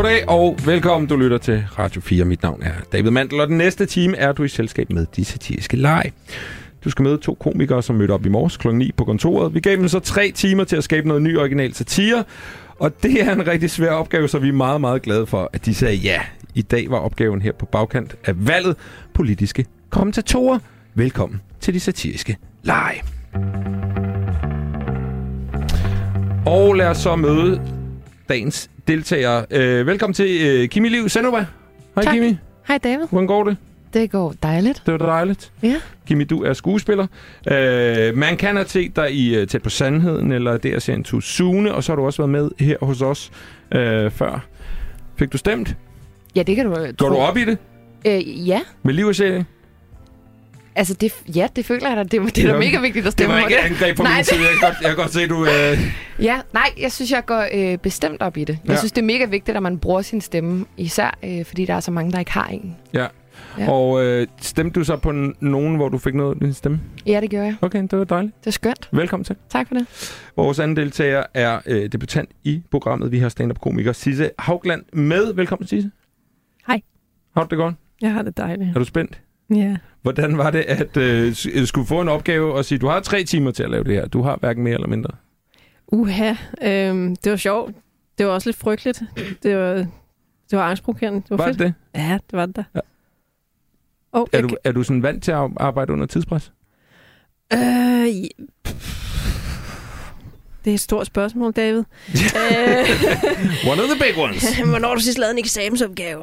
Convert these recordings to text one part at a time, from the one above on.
Goddag og velkommen. Du lytter til Radio 4. Mit navn er David Mandel, og den næste time er du i selskab med De Satiriske Leg. Du skal møde 2 komikere, som mødte op i morges kl. 9 på kontoret. Vi gav dem så 3 timer til at skabe noget ny original satire, og det er en rigtig svær opgave, så vi er meget, meget glade for, at de sagde ja. I dag var opgaven her på bagkant af valget. Politiske kommentatorer. Velkommen til De Satiriske Leg. Og lad os så møde dagens deltagere. Velkommen til Kimi Liv Senova. Hej tak. Kimi. Hej David. Hvordan går det? Det går dejligt. Det var dejligt. Ja. Kimi, du er skuespiller. Man kan have set dig i Tæt på Sandheden, eller der serien To Sune, og så har du også været med her hos os før. Fik du stemt? Ja, det kan du Går du op i det? Ja. Med liv og sjæl? Altså, det føler jeg da. Det er da mega vigtigt at stemme. Det var ikke et angreb på min side. Jeg kan godt se, du... Ja, nej, jeg synes, jeg går bestemt op i det. Jeg synes, det er mega vigtigt, at man bruger sin stemme. Især fordi der er så mange, der ikke har en. Ja. Og stemte du så på nogen, hvor du fik noget af din stemme? Ja, det gjorde jeg. Okay, det var dejligt. Det er skønt. Velkommen til. Tak for det. Vores anden deltager er debutant i programmet. Vi har stand-up-komiker Sisse Haugland med. Velkommen, Sisse. Hej. Har du det godt? Jeg har det dejligt. Er du spændt? Ja. Hvordan var det, at skulle få en opgave og sige, du har 3 timer til at lave det her. Du har hverken mere eller mindre. Det var sjovt. Det var også lidt frygteligt. Det var angstprovokerende. Det var fedt. Det? Ja, det var det da. Ja. Er du sådan vant til at arbejde under tidspres? Det er et stort spørgsmål, David. One of the big ones. Hvornår har du sidst lavet en eksamensopgave?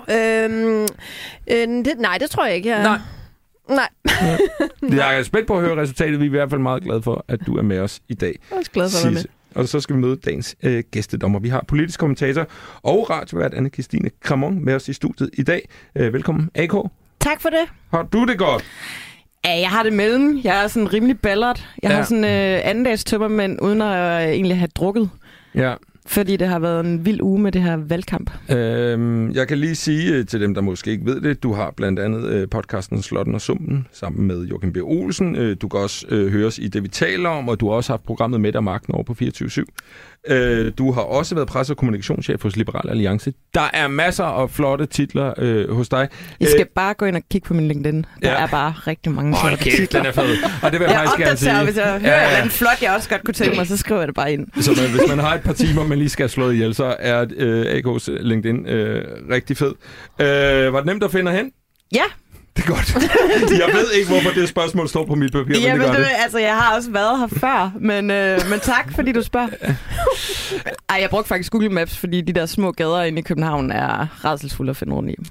Nej, det tror jeg ikke. Nej. Jeg er spændt på at høre resultatet. Vi er i hvert fald meget glade for, at du er med os i dag. Jeg er også glad for at være med. Og så skal vi møde dagens gæstedommer. Vi har politisk kommentator og radiovært Anne-Kristine Kramon med os i studiet i dag. Velkommen, AK. Tak for det. Har du det godt? Ja, jeg har det mellem. Jeg er sådan rimelig ballert. Jeg har sådan andendagstømmermænd, uden at egentlig have drukket. Ja. Fordi det har været en vild uge med det her valgkamp. Jeg kan lige sige til dem, der måske ikke ved det, du har blandt andet podcasten Slotten og Sumpen sammen med Joachim B. Olsen. Du kan også høres i det, vi taler om, og du har også haft programmet Med og Magten over på 24/7. Du har også været presse- og kommunikationschef hos Liberal Alliance. Der er masser af flotte titler hos dig. I skal bare gå ind og kigge på min LinkedIn. Der er bare rigtig mange flotte titler. Den er fed. Og det vil jeg faktisk gerne sige. Hvis jeg hører en flot, jeg også godt kunne tænke mig, så skriver jeg det bare ind. Så hvis man har et par timer, man lige skal slå ihjel, så er AK's LinkedIn rigtig fed. Var det nemt at finde hen? Ja. Det er godt. Jeg ved ikke, hvorfor det spørgsmål står på mit papir, ja, men det gør det. Altså, jeg har også været her før, men tak, fordi du spørger. Ej, jeg brugte faktisk Google Maps, fordi de der små gader inde i København er rædselsfulde at finde rundt i.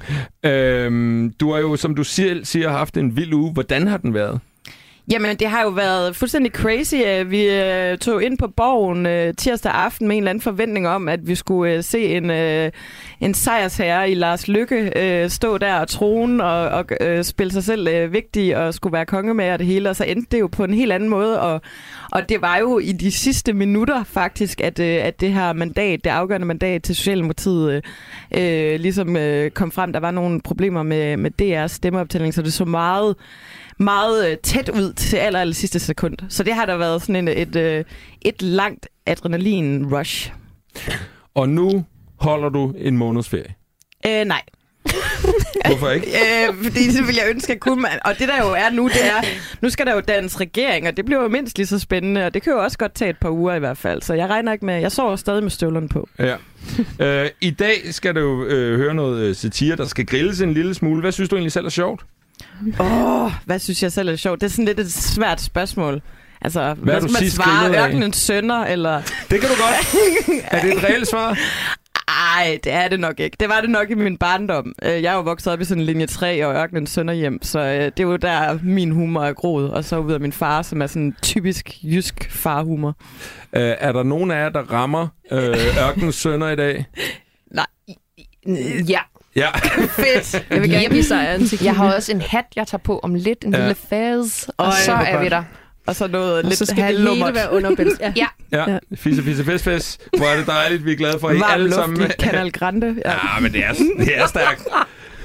Du har jo, som du siger, haft en vild uge. Hvordan har den været? Jamen, det har jo været fuldstændig crazy. Vi tog ind på Borgen tirsdag aften med en eller anden forventning om, at vi skulle se en sejrsherre i Lars Løkke stå der og trone og spille sig selv vigtig og skulle være kongemager og det hele. Og så endte det jo på en helt anden måde. Og det var jo i de sidste minutter faktisk, at det her mandat, det afgørende mandat til Socialdemokratiet, ligesom kom frem. Der var nogle problemer med DR's stemmeoptælling, så det så meget tæt ud til aller sidste sekund. Så det har der været sådan et langt adrenalin-rush. Og nu holder du en måneds ferie? Nej. Hvorfor ikke? Fordi det vil jeg ønske, at kunne. Og det der jo er nu, det er, nu skal der jo dannes regering, og det bliver jo mindst lige så spændende, og det kan jo også godt tage et par uger i hvert fald. Så jeg regner ikke med, jeg sover stadig med støvlerne på. Ja. I dag skal du høre noget satire, der skal grilles en lille smule. Hvad synes du egentlig selv er sjovt? Hvad synes jeg selv er sjovt? Det er sådan lidt et svært spørgsmål. Altså, hvad skal man svare? Ørkenens sønner, eller... Det kan du godt. Er det et reelt svar? Ej, det er det nok ikke. Det var det nok i min barndom. Jeg er jo vokset op i sådan en linje 3 og Ørkenens Sønderhjem, så det er jo der min humor er groet. Og så ud af min far, som er sådan typisk jysk farhumor. Er der nogen af jer, der rammer Ørkenens Sønner i dag? Nej. Ja. Ja. Fedt. Jeg vil gerne give sig jeg har også en hat, jeg tager på om lidt. En lille faz. Og så er vi der. Og så noget og lidt så skal det hele være underbælst. Ja. Fisse, fest. Hvor er det dejligt, vi er glade for, at I alle sammen... Varm luft i Canal Grande. Ja, men det er stærkt.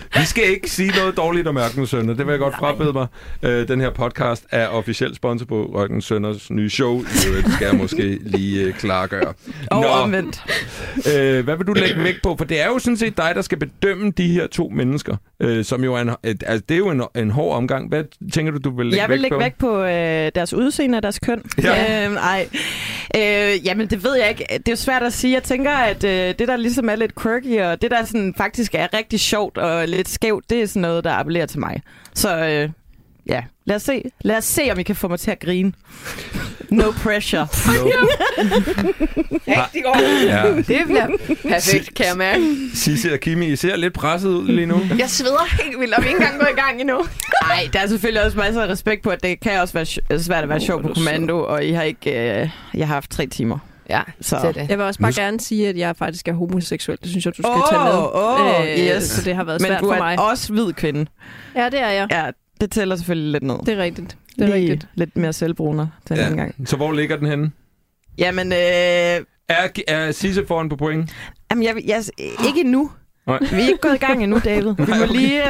Vi skal ikke sige noget dårligt om Ørkenens Sønner. Det vil jeg godt frabede mig. Den her podcast er officielt sponsor på Ørkenens Sønners nye show. Det skal jeg måske lige klargøre. Og omvendt. Hvad vil du lægge vægt på? For det er jo sådan set dig, der skal bedømme de her to mennesker, som jo er det er jo en hård omgang. Hvad tænker du vil lægge vægt på? Jeg vil lægge vægt på deres udseende og deres køn. Ja. Jamen, det ved jeg ikke. Det er jo svært at sige. Jeg tænker, at det, der ligesom er lidt quirky, og det, der sådan faktisk er rigtig sjovt og lidt skævt, det er sådan noget, der appellerer til mig. Så ja, lad os se, om I kan få mig til at grine. No pressure. Rigtig godt. Ja. Det bliver perfekt, kan jeg mærke. Sisse og Kimi, I ser lidt presset ud lige nu. Jeg sveder helt vildt, og vi er ikke engang gået i gang endnu. Nej, der er selvfølgelig også masser af respekt på, at det kan også være svært at være sjov på kommando, og I har ikke, jeg har haft 3 timer. Ja, så jeg vil også bare gerne sige, at jeg faktisk er homoseksuel. Det synes jeg, du skal tage med. Yes. Så det har været svært for mig. Men du er også hvid kvinde. Ja, det er jeg. Ja, det tæller selvfølgelig lidt ned. Det er rigtigt. Det er rigtigt. Lidt mere selvbruner den her gang. Så hvor ligger den henne? Jamen, er Sisse foran på point? Jamen, jeg ikke endnu. Nej. Vi er ikke gået i gang endnu, David. Vi må lige...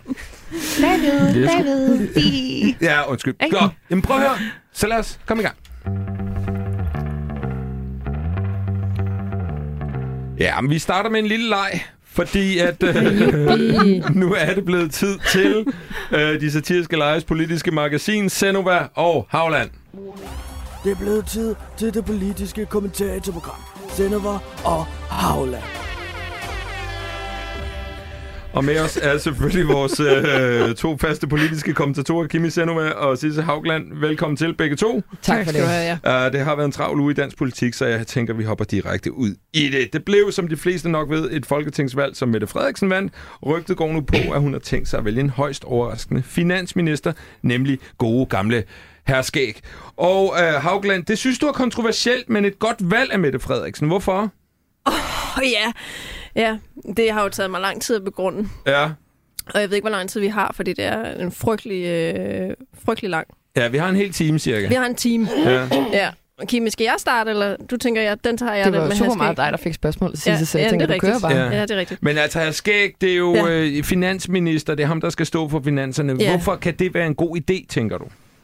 David. Ja, undskyld. Godt. Jamen, prøv at høre. Så lad os komme i gang. Ja, men vi starter med en lille leg, fordi at nu er det blevet tid til de satiriske lejes politiske magasin Zenova og Havland. Det er blevet tid til det politiske kommentatorprogram Zenova og Havland. Og med os er selvfølgelig vores 2 faste politiske kommentatorer, Kimi Zenova og Sisse Haugland. Velkommen til begge to. Tak for det. Det har været en travl uge i dansk politik, så jeg tænker, vi hopper direkte ud i det. Det blev, som de fleste nok ved, et folketingsvalg, som Mette Frederiksen vandt. Rygtet går nu på, at hun har tænkt sig at vælge en højst overraskende finansminister, nemlig gode gamle hr. Skæg. Og Haugland, det synes du er kontroversielt, men et godt valg af Mette Frederiksen. Hvorfor? Ja, det har jo taget mig lang tid at begrunde. Ja. Og jeg ved ikke, hvor lang tid vi har, fordi det er en frygtelig lang. Ja, vi har en hel time cirka. Vi har en time. Ja. Kim, skal jeg starte, eller du tænker, den tager jeg det den med var super meget dig, der fik spørgsmålet sidste, så jeg tænker, du kører bare. Ja, det er rigtigt. Men altså, hr. Skæg, det er jo finansminister, det er ham, der skal stå for finanserne. Ja. Hvorfor kan det være en god idé, tænker du?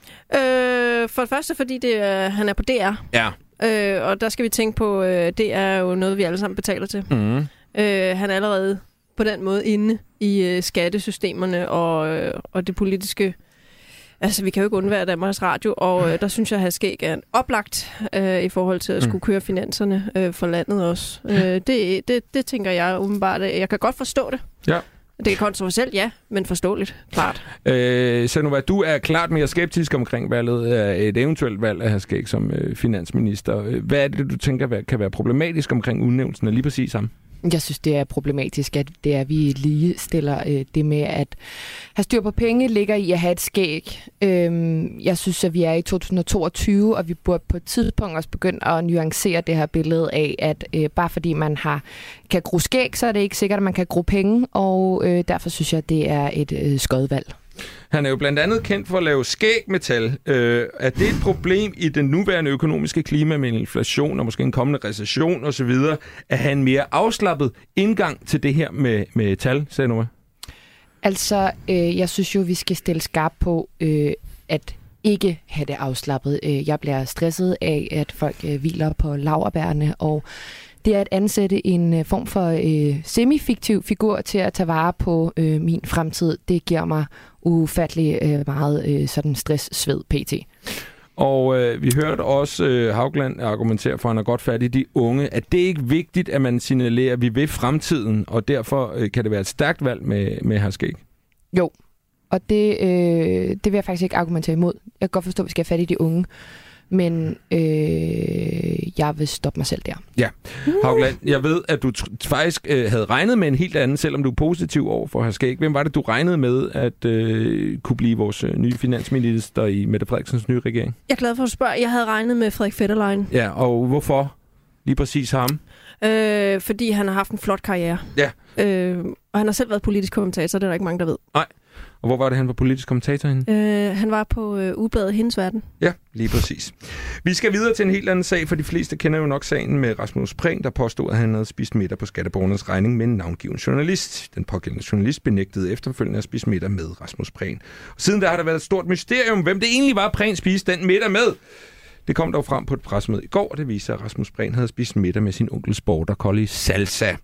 For det første, fordi han er på DR. Ja. Og der skal vi tænke på, det er jo noget, vi alle sammen betaler til. Mm. Han er allerede på den måde inde i skattesystemerne og det politiske. Altså, vi kan jo ikke undvære Danmarks Radio, og der synes jeg, at Skæg er en oplagt i forhold til at skulle køre finanserne for landet også. Det tænker jeg umiddelbart. Jeg kan godt forstå det. Ja. Det er kontroversielt, ja, men forståeligt, klart. Zenova, du er klart mere skeptisk omkring valget af et eventuelt valg af hr. Skæg som finansminister. Hvad er det, du tænker kan være problematisk omkring udnævnelsen af lige præcis ham? Jeg synes, det er problematisk, at det er, vi lige stiller det med at have styr på penge, ligger i at have et skæg. Jeg synes, at vi er i 2022, og vi burde på et tidspunkt også begynde at nuancere det her billede af, at bare fordi man kan gro skæg, så er det ikke sikkert, at man kan gro penge, og derfor synes jeg, at det er et skodvalg. Han er jo blandt andet kendt for at lave skægmetal. Er det et problem i den nuværende økonomiske klima med inflation og måske en kommende recession osv., at have en mere afslappet indgang til det her med tal, Zenova? Altså, jeg synes jo, vi skal stille skarpt på at ikke have det afslappet. Jeg bliver stresset af, at folk hviler på laurbærrene, og det er at ansætte en form for semi-fiktiv figur til at tage vare på min fremtid. Det giver mig ufattelig meget sådan stress, sved, pt. Og vi hørte også Haugland argumentere for, at han er godt fat i de unge. Er det ikke vigtigt, at man signalerer, at vi vil fremtiden, og derfor kan det være et stærkt valg med hr. Skæg? Jo, og det vil jeg faktisk ikke argumentere imod. Jeg kan godt forstå, at vi skal have fat i de unge. Men jeg vil stoppe mig selv der. Ja. Haugland, jeg ved, at du faktisk havde regnet med en helt anden, selvom du er positiv over for hr. Skæg. Hvem var det, du regnede med, at kunne blive vores nye finansminister i Mette Frederiksens nye regering? Jeg er glad for at spørge. Jeg havde regnet med Frederik Fetterlein. Ja, og hvorfor lige præcis ham? Fordi han har haft en flot karriere. Ja. Og han har selv været politisk kommentator, det er der ikke mange, der ved. Nej. Og hvor var det, han var politisk kommentator henne? Han var på ugebladet Hendes Verden. Ja, lige præcis. Vi skal videre til en helt anden sag, for de fleste kender jo nok sagen med Rasmus Prehn, der påstod, at han havde spist middag på skatteborgernes regning med en navngiven journalist. Den pågældende journalist benægtede efterfølgende at spise middag med Rasmus Prehn. Og siden der har der været et stort mysterium, hvem det egentlig var, Prehn spiste den middag med. Det kom dog frem på et pressemøde i går, og det viser, at Rasmus Prehn havde spist middag med sin onkels border collie Salsa.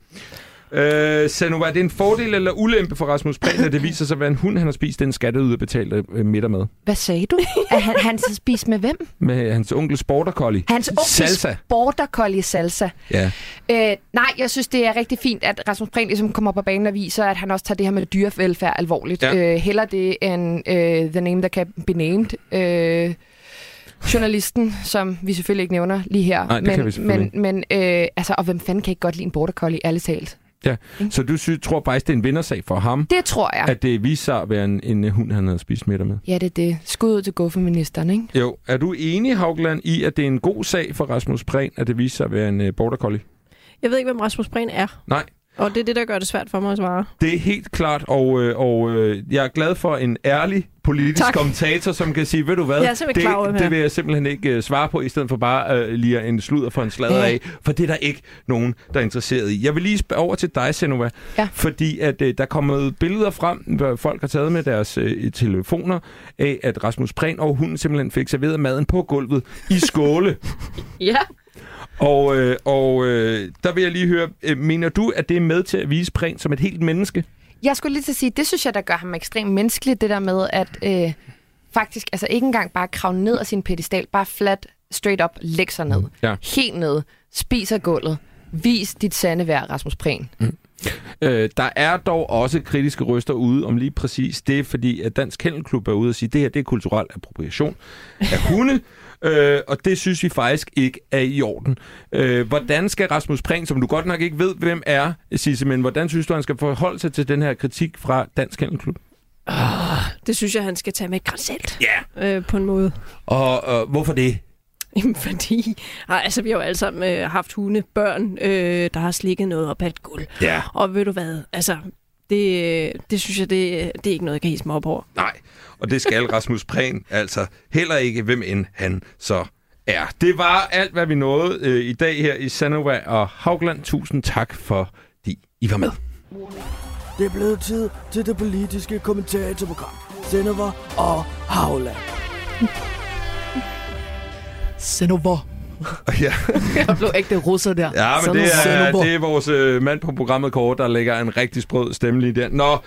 Så nu var det en fordel eller ulempe for Rasmus Prehn, at det viser sig, hvad en hund, han har spist den skatteyderbetalte middag med? Hvad sagde du? At han spiste med hvem? Med hans onkels border collie. Hans onkels border collie Salsa. Ja. Nej, jeg synes, det er rigtig fint, at Rasmus Prehn ligesom kommer på banen og viser, at han også tager det her med dyrevelfærd alvorligt. Ja. Heller det end The Name That Can Be Named. Journalisten, som vi selvfølgelig ikke nævner lige her. Nej, det kan vi selvfølgelig. Men og hvem fanden kan ikke godt lide en border collie, ærligt talt? Ja, så du tror faktisk, det er en vindersag for ham? Det tror jeg. At det viser sig at være en hund, han havde spist middag med? Ja, det er det. Skud ud til gufferministeren, ikke? Jo. Er du enig, Haugland, i, at det er en god sag for Rasmus Prehn, at det viser sig at være en border collie? Jeg ved ikke, hvem Rasmus Prehn er. Nej. Og det er det, der gør det svært for mig at svare. Det er helt klart, og jeg er glad for en ærlig politisk kommentator, som kan sige, ved du hvad, det vil jeg simpelthen ikke svare på, i stedet for bare lige en sludder for en sladder af, for det er der ikke nogen, der er interesseret i. Jeg vil lige over til dig, Senova, fordi at der kommer billeder frem, hvor folk har taget med deres telefoner, af at Rasmus Prehn og hunden simpelthen fik serveret maden på gulvet i skåle. Ja. Og der vil jeg lige høre, mener du, at det er med til at vise Prehn som et helt menneske? Jeg skulle lige til at sige, det synes jeg, der gør ham ekstremt menneskelig, det der med, at faktisk ikke engang bare krave ned af sin pedestal, bare flat, straight up, lægge sig ned. Ja. Helt ned, spiser gulvet, vis dit sande værd, Rasmus Prehn. Der er dog også kritiske røster ude om lige præcis det, fordi at Dansk Kennelklub er ude og sige, at det her det er kulturel appropriation af hunde, og det synes vi faktisk ikke er i orden. Hvordan skal Rasmus Prehn, som du godt nok ikke ved, hvem er, Sisse, men hvordan synes du, han skal forholde sig til den her kritik fra Dansk Kennelklub? Det synes jeg, han skal tage med grænsalt. På en måde. Og hvorfor det? Fordi vi har jo alle sammen haft hunde, børn, der har slikket noget op ad et gulv. Ja. Og ved du hvad, det synes jeg, det er ikke noget, jeg kan hisse mig op over. Nej, og det skal Rasmus Prehn altså heller ikke, hvem end han så er. Det var alt, hvad vi nåede i dag her i Sanova og Haugland. Tusind tak, fordi I var med. Det er blevet tid til det politiske kommentatorprogram. Sanova og Haugland. Sanova. Ja. Jeg blev ægte russer der. Ja, men det er vores mand på programmet, Kåre, der lægger en rigtig sprød stemme lige der. Nå,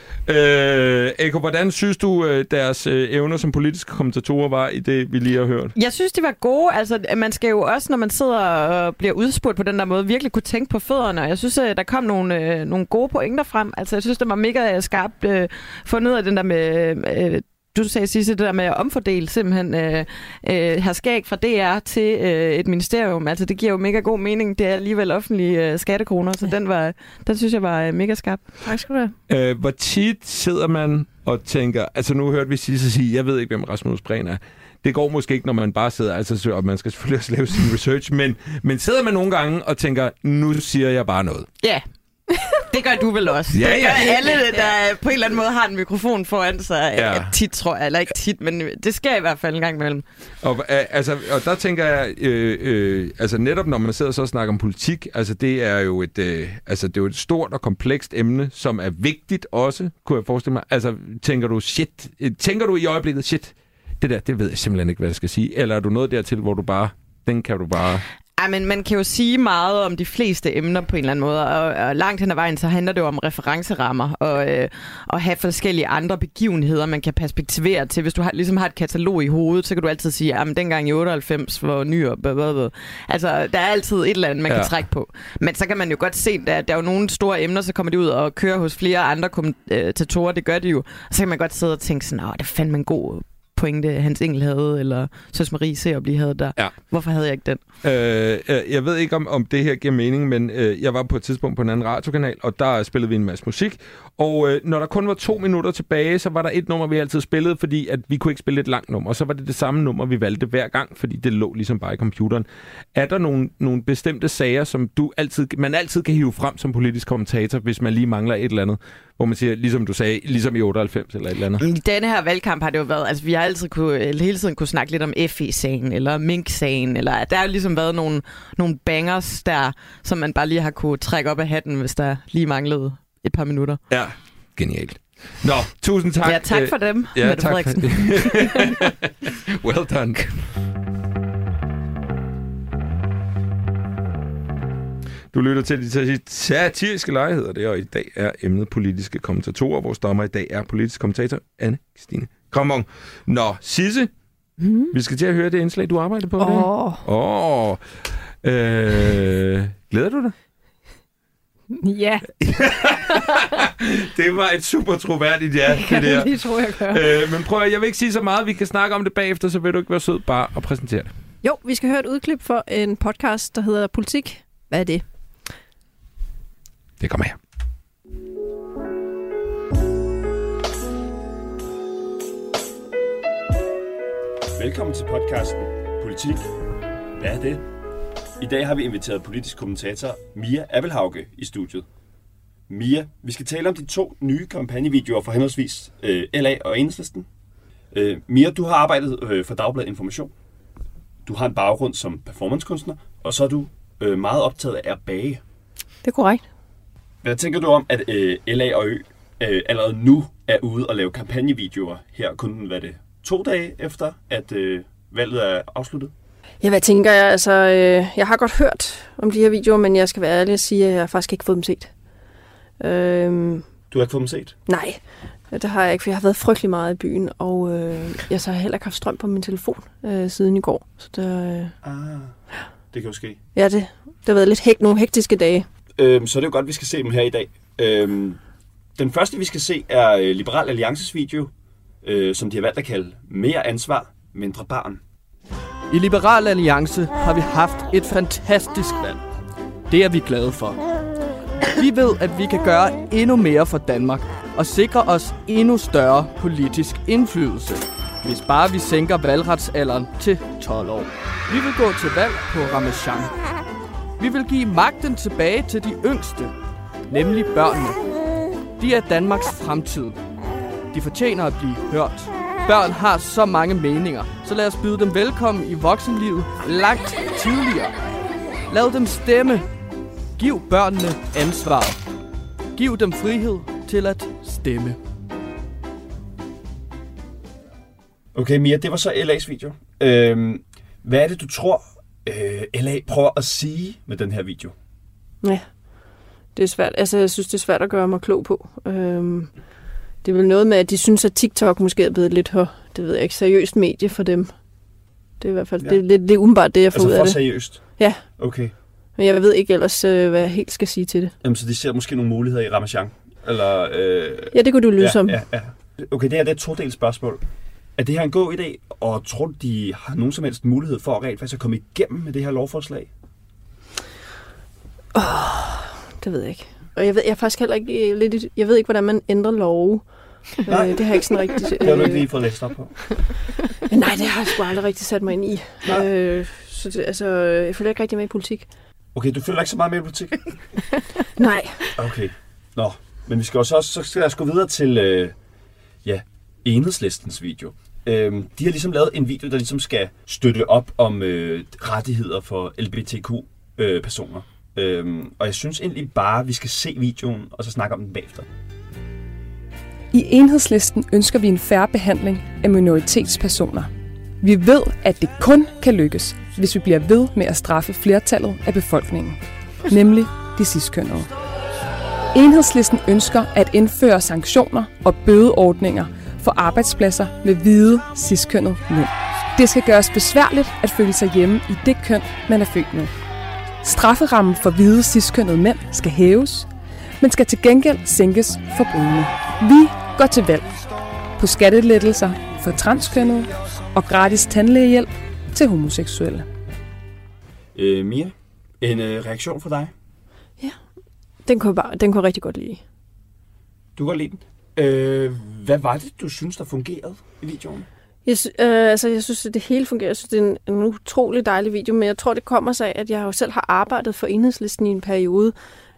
Eko, hvordan synes du, deres evner som politiske kommentatorer var i det, vi lige har hørt? Jeg synes, de var gode. Altså, man skal jo også, når man sidder og bliver udspurgt på den der måde, virkelig kunne tænke på fødderne. Jeg synes, der kom nogle gode pointer frem. Altså, jeg synes, det var mega skarpt fundet ud af den der med... Du sagde sidst det der med at omfordele simpelthen have skæg fra DR til et ministerium. Altså det giver jo mega god mening. Det er alligevel offentlige skattekroner, så den synes jeg var mega skarp. Tak skal du have. Hvor tit sidder man og tænker, altså nu hørte vi sidst sige, jeg ved ikke, hvem Rasmus Prehn er. Det går måske ikke, når man bare sidder, og man skal selvfølgelig også lave sin research, men sidder man nogle gange og tænker, nu siger jeg bare noget. Ja. Det gør du vel også. Ja, det gør alle, der på en eller anden måde har en mikrofon foran sig. Ja. Tit, tror jeg. Eller ikke tit, men det sker i hvert fald en gang imellem. Og der tænker jeg, netop når man sidder så og snakker om politik, altså det er jo det er jo et stort og komplekst emne, som er vigtigt også, kunne jeg forestille mig. Altså, tænker du i øjeblikket, shit, det ved jeg simpelthen ikke, hvad jeg skal sige. Eller er du nået dertil, hvor du bare, den kan du bare... Ja, men man kan jo sige meget om de fleste emner på en eller anden måde, og langt hen ad vejen, så handler det jo om referencerammer og have forskellige andre begivenheder, man kan perspektivere til. Hvis du ligesom har et katalog i hovedet, så kan du altid sige, at dengang i 98 hvor Nyrup, altså der er altid et eller andet, man kan trække på. Men så kan man jo godt se, at der er jo nogle store emner, så kommer de ud og kører hos flere andre kommentatorer, det gør de jo. Og så kan man godt sidde og tænke sådan, det fandt man en god pointe, Hans Engel havde, eller Søs Marie Serup lige havde der. Ja. Hvorfor havde jeg ikke den? Jeg ved ikke, om det her giver mening, men jeg var på et tidspunkt på en anden radiokanal, og der spillede vi en masse musik. Og når der kun var 2 minutter tilbage, så var der et nummer, vi altid spillede, fordi at vi kunne ikke spille et langt nummer. Og så var det samme nummer, vi valgte hver gang, fordi det lå ligesom bare i computeren. Er der nogle bestemte sager, som man altid kan hive frem som politisk kommentator, hvis man lige mangler et eller andet, Hvor man siger, ligesom du sagde, ligesom i 98 eller et eller andet. I denne her valgkamp har det jo været, altså vi har altid hele tiden kunne snakke lidt om FE-sagen, eller Mink-sagen, eller der har jo ligesom været nogle bangers der, som man bare lige har kunne trække op af hatten, hvis der lige manglede et par minutter. Ja, genialt. Nå, tusind tak. Ja, tak for dem, ja, Mette tak Frederiksen. Well done. Du lytter til de satiriske lejligheder, det, og i dag er emnet politiske kommentatorer. Vores dommer i dag er politisk kommentator Anne-Kristine Kramon. Nå, Sisse, vi skal til at høre det indslag, du arbejder på. Glæder du dig? Ja. Det var et super troværdigt ja. Det der. Det tror jeg gør. Men prøv at, jeg vil ikke sige så meget. Vi kan snakke om det bagefter, så vil du ikke være sød bare at præsentere det. Jo, vi skal høre et udklip for en podcast, der hedder Politik. Hvad er det? Det kommer her. Velkommen til podcasten Politik. Hvad er det? I dag har vi inviteret politisk kommentator Mia Abelhauge i studiet. Mia, vi skal tale om de 2 nye kampagnevideoer for henholdsvis LA og Enhedslisten. Mia, du har arbejdet for Dagbladet Information. Du har en baggrund som performancekunstner, og så er du meget optaget af at bage. Det er korrekt. Hvad tænker du om, at LA og Ø allerede nu er ude og lave kampagnevideoer her kun, 2 dage efter, at valget er afsluttet? Ja, hvad tænker jeg? Altså, jeg har godt hørt om de her videoer, men jeg skal være ærlig og sige, at jeg har faktisk ikke fået dem set. Du har ikke fået dem set? Nej, det har jeg ikke, for jeg har været frygtelig meget i byen, og jeg så har heller ikke haft strøm på min telefon siden i går. Så det kan jo ske. Ja, det har været lidt nogle hektiske dage. Så det er jo godt, vi skal se dem her i dag. Den første, vi skal se, er Liberal Alliances video, som de har valgt at kalde Mere ansvar, mindre barn. I Liberal Alliance har vi haft et fantastisk valg. Det er vi glade for. Vi ved, at vi kan gøre endnu mere for Danmark og sikre os endnu større politisk indflydelse, hvis bare vi sænker valgretsalderen til 12 år. Vi vil gå til valg på Ramachan. Vi vil give magten tilbage til de yngste, nemlig børnene. De er Danmarks fremtid. De fortjener at blive hørt. Børn har så mange meninger, så lad os byde dem velkommen i voksenlivet langt tidligere. Lad dem stemme. Giv børnene ansvar. Giv dem frihed til at stemme. Okay, Mia, det var så LA's video. Hvad er det, du tror, LA prøver at sige med den her video? Ja, det er svært. Altså, jeg synes, det er svært at gøre mig klog på. Det er vel noget med, at de synes, at TikTok måske er blevet lidt det ved jeg ikke, seriøst medie for dem. Det er i hvert fald det er umiddelbart det, jeg får ud af det. Altså for seriøst? Ja. Okay. Men jeg ved ikke ellers, hvad jeg helt skal sige til det. Jamen, så de ser måske nogle muligheder i Ramachan? Eller, ja, det kunne du lyde som. Ja. Okay, det er et todelt spørgsmål. Er det her en god idé, og tror du, de har nogen som helst mulighed for at rent faktisk at komme igennem med det her lovforslag? Det ved jeg ikke. Og jeg er faktisk heller ikke jeg ved ikke, hvordan man ændrer love. Det har jeg ikke sådan rigtig... Det har du ikke lige fået læst op på. Nej, det har jeg sgu aldrig rigtig sat mig ind i. Så det, jeg følger ikke rigtig med i politik. Okay, du følger ikke så meget med i politik? Nej. Okay. Nå, men vi skal jo så skal jeg gå videre til Enhedslistens video. De har ligesom lavet en video, der ligesom skal støtte op om rettigheder for LGBTQ-personer. Og jeg synes egentlig bare, vi skal se videoen, og så snakke om den bagefter. I Enhedslisten ønsker vi en fair behandling af minoritetspersoner. Vi ved, at det kun kan lykkes, hvis vi bliver ved med at straffe flertallet af befolkningen, nemlig de ciskønnede. Enhedslisten ønsker at indføre sanktioner og bødeordninger for arbejdspladser med hvide ciskønnede mænd. Det skal gøres besværligt at føle sig hjemme i det køn, man er født med. Strafferammen for hvide ciskønnede mænd skal hæves, men skal til gengæld sænkes for brune. Vi går til valg på skattelettelser for transkønnede og gratis tandlægehjælp til homoseksuelle. Mia, en reaktion fra dig? Ja, den kunne jeg rigtig godt lide. Du kan godt lide den. Hvad var det, du synes, der fungerede i videoen? Jeg synes, at det hele fungerer. Jeg synes, det er en utrolig dejlig video, men jeg tror, det kommer sig af, at jeg jo selv har arbejdet for Enhedslisten i en periode,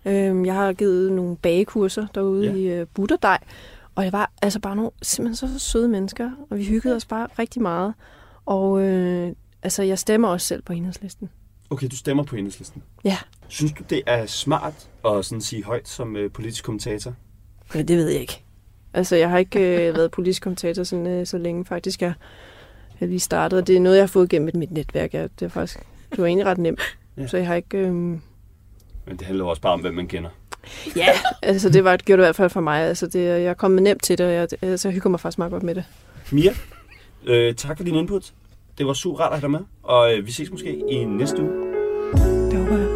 Jeg har givet nogle bagekurser derude i butterdej, og jeg var altså bare nogle simpelthen så søde mennesker, og vi hyggede os bare rigtig meget. Og jeg stemmer også selv på Enhedslisten. Okay, du stemmer på Enhedslisten? Ja. Synes du, det er smart at sådan sige højt som politisk kommentator? Ja, det ved jeg ikke. Altså, jeg har ikke været politisk kommentator sådan, så længe faktisk. Jeg lige startede, og det er noget, jeg har fået gennem mit netværk. Det var egentlig ret nemt. Ja. Så jeg har ikke... Men det handler også bare om, hvem man kender. Ja, altså det gjorde det i hvert fald for mig. Altså, jeg er kommet nemt til det, og jeg hygger mig faktisk meget godt med det. Mia, tak for din input. Det var super rart at have dig med, og vi ses måske i næste uge. Det håber jeg.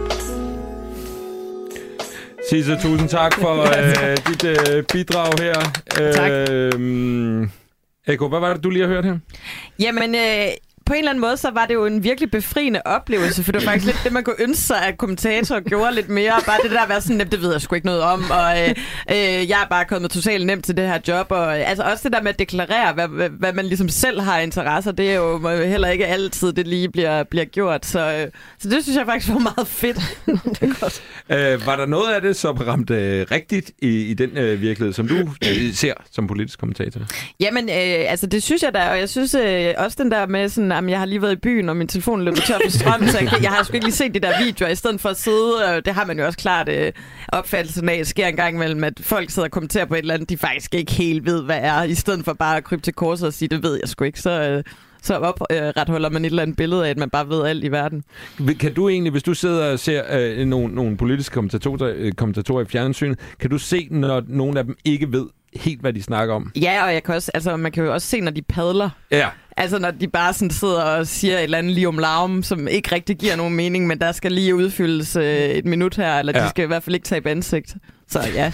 Sisse, tusind tak for dit bidrag her. Tak. Eko, hvad var det, du lige har hørt her? Jamen, på en eller anden måde, så var det jo en virkelig befriende oplevelse, for det var faktisk lidt det, man kunne ønske sig, at kommentatorer gjorde lidt mere. Bare det der at være sådan nemt, det ved jeg sgu ikke noget om, og jeg er bare kommet totalt nemt til det her job, og altså også det der med at deklarere, hvad man ligesom selv har interesser, det er jo heller ikke altid, det lige bliver gjort, så det synes jeg faktisk var meget fedt. Det er godt. Var der noget af det, som ramte rigtigt i den virkelighed, som du ser som politisk kommentator? Jamen, altså det synes jeg da, og jeg synes også den der med sådan, jamen, jeg har lige været i byen, og min telefon løber tør for strøm, så jeg har sgu ikke lige set de der videoer, i stedet for at sidde, det har man jo også klart opfattelsen af, sker en gang imellem, at folk sidder og kommenterer på et eller andet, de faktisk ikke helt ved, hvad er, i stedet for bare at krybe til korset og sige, det ved jeg sgu ikke, så opretholder man et eller andet billede af, at man bare ved alt i verden. Kan du egentlig, hvis du sidder og ser nogle politiske kommentatorer i fjernsynet, kan du se, når nogle af dem ikke ved helt, hvad de snakker om? Ja, og jeg kan også, altså, man kan jo også se, når de padler. Ja. Altså, når de bare sådan sidder og siger et eller andet lige om larm, som ikke rigtig giver nogen mening, men der skal lige udfyldes et minut her, eller de skal i hvert fald ikke tabe ansigt. Så ja.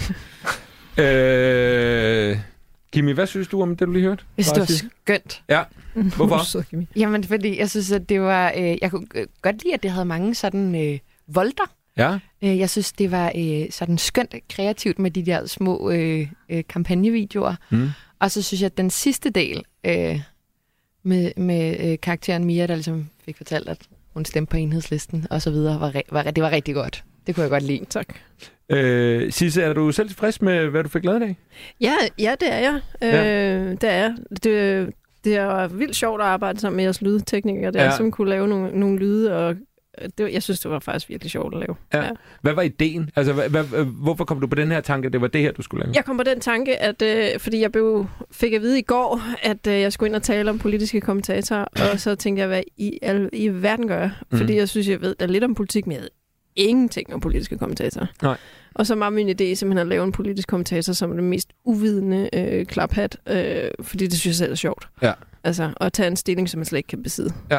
Kimi, hvad synes du om det, du lige hørte? Jeg synes, det var skønt. Ja. Hvorfor? Jamen, fordi jeg synes, at det var... jeg kunne godt lide, at det havde mange sådan volter. Ja. Jeg synes, det var sådan skønt kreativt med de der små kampagnevideoer. Og så synes jeg, at den sidste del med karakteren Mia, der ligesom fik fortalt, at hun stemte på Enhedslisten og så videre, det var rigtig godt. Det kunne jeg godt lide. Tak. Sisse, er du selv tilfreds med, hvad du fik lavet i dag? Ja, det er jeg. Det er jeg. Det er vildt sjovt at arbejde sammen med jeres lydteknikere, som kunne lave nogle lyde, og jeg synes, det var faktisk virkelig sjovt at lave. Ja. Hvad var ideen? Altså, hvorfor kom du på den her tanke, at det var det her, du skulle lave? Jeg kom på den tanke, at fordi jeg fik at vide i går, at jeg skulle ind og tale om politiske kommentatorer, og så tænkte jeg, hvad i verden gør jeg? Fordi jeg synes, jeg ved da lidt om politik, men jeg ved ingenting om politiske kommentatorer. Nej. Og så var min idé simpelthen at lave en politisk kommentator, som er den mest uvidende klaphat, fordi det synes jeg selv er sjovt. Ja. Altså, at tage en stilling, som man slet ikke kan besidde. Ja.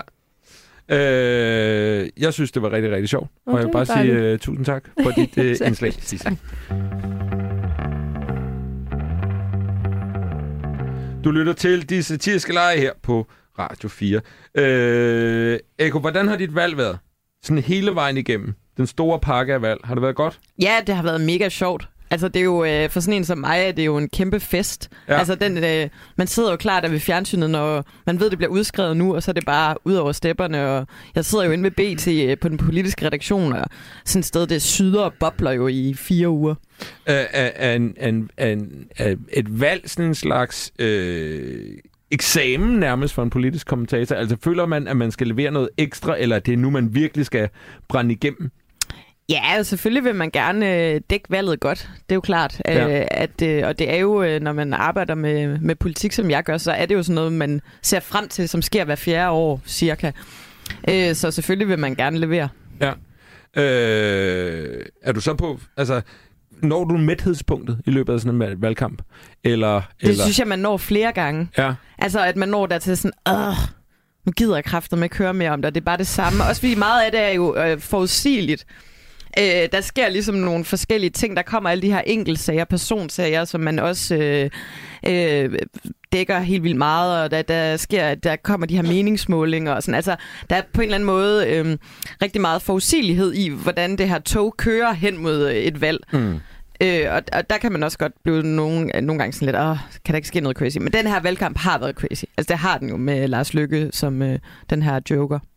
Jeg synes, det var rigtig, rigtig sjovt. Okay, og jeg vil bare sige tusind tak for dit indslag. Du lytter til De Satiriske Lege her på Radio 4. Eko, hvordan har dit valg været? Sådan hele vejen igennem. Den store pakke af valg. Har det været godt? Ja, det har været mega sjovt. Altså, det er jo, for sådan en som mig, det er jo en kæmpe fest. Ja. Altså, man sidder jo klar der ved fjernsynet, når man ved, det bliver udskrevet nu, og så er det bare ud over stepperne. Og jeg sidder jo inde ved BT på den politiske redaktion, og sådan et sted, det syder og bobler jo i 4 uger. Et valg, sådan en slags eksamen nærmest for en politisk kommentator? Altså, føler man, at man skal levere noget ekstra, eller det er nu, man virkelig skal brænde igennem? Ja, selvfølgelig vil man gerne dække valget godt. Det er jo klart. Og det er jo, når man arbejder med politik, som jeg gør, så er det jo sådan noget, man ser frem til, som sker hver 4. år, cirka. Så selvfølgelig vil man gerne levere. Ja. Er du så på... Altså, når du mæthedspunktet i løbet af sådan en valgkamp? Eller? Det synes jeg, man når flere gange. Ja. Altså, at man når der til sådan... nu gider jeg kræfter med at køre mere om det. Det er bare det samme. Også fordi meget af det er jo forudsigeligt. Der sker ligesom nogle forskellige ting. Der kommer alle de her enkeltsager, personsager, som man også dækker helt vildt meget, og der kommer de her meningsmålinger og sådan. Altså, der er på en eller anden måde rigtig meget forudsigelighed i, hvordan det her tog kører hen mod et valg. Og der kan man også godt blive nogle gange sådan lidt, kan der ikke ske noget crazy? Men den her valgkamp har været crazy. Altså, det har den jo med Lars Løkke som den her joker.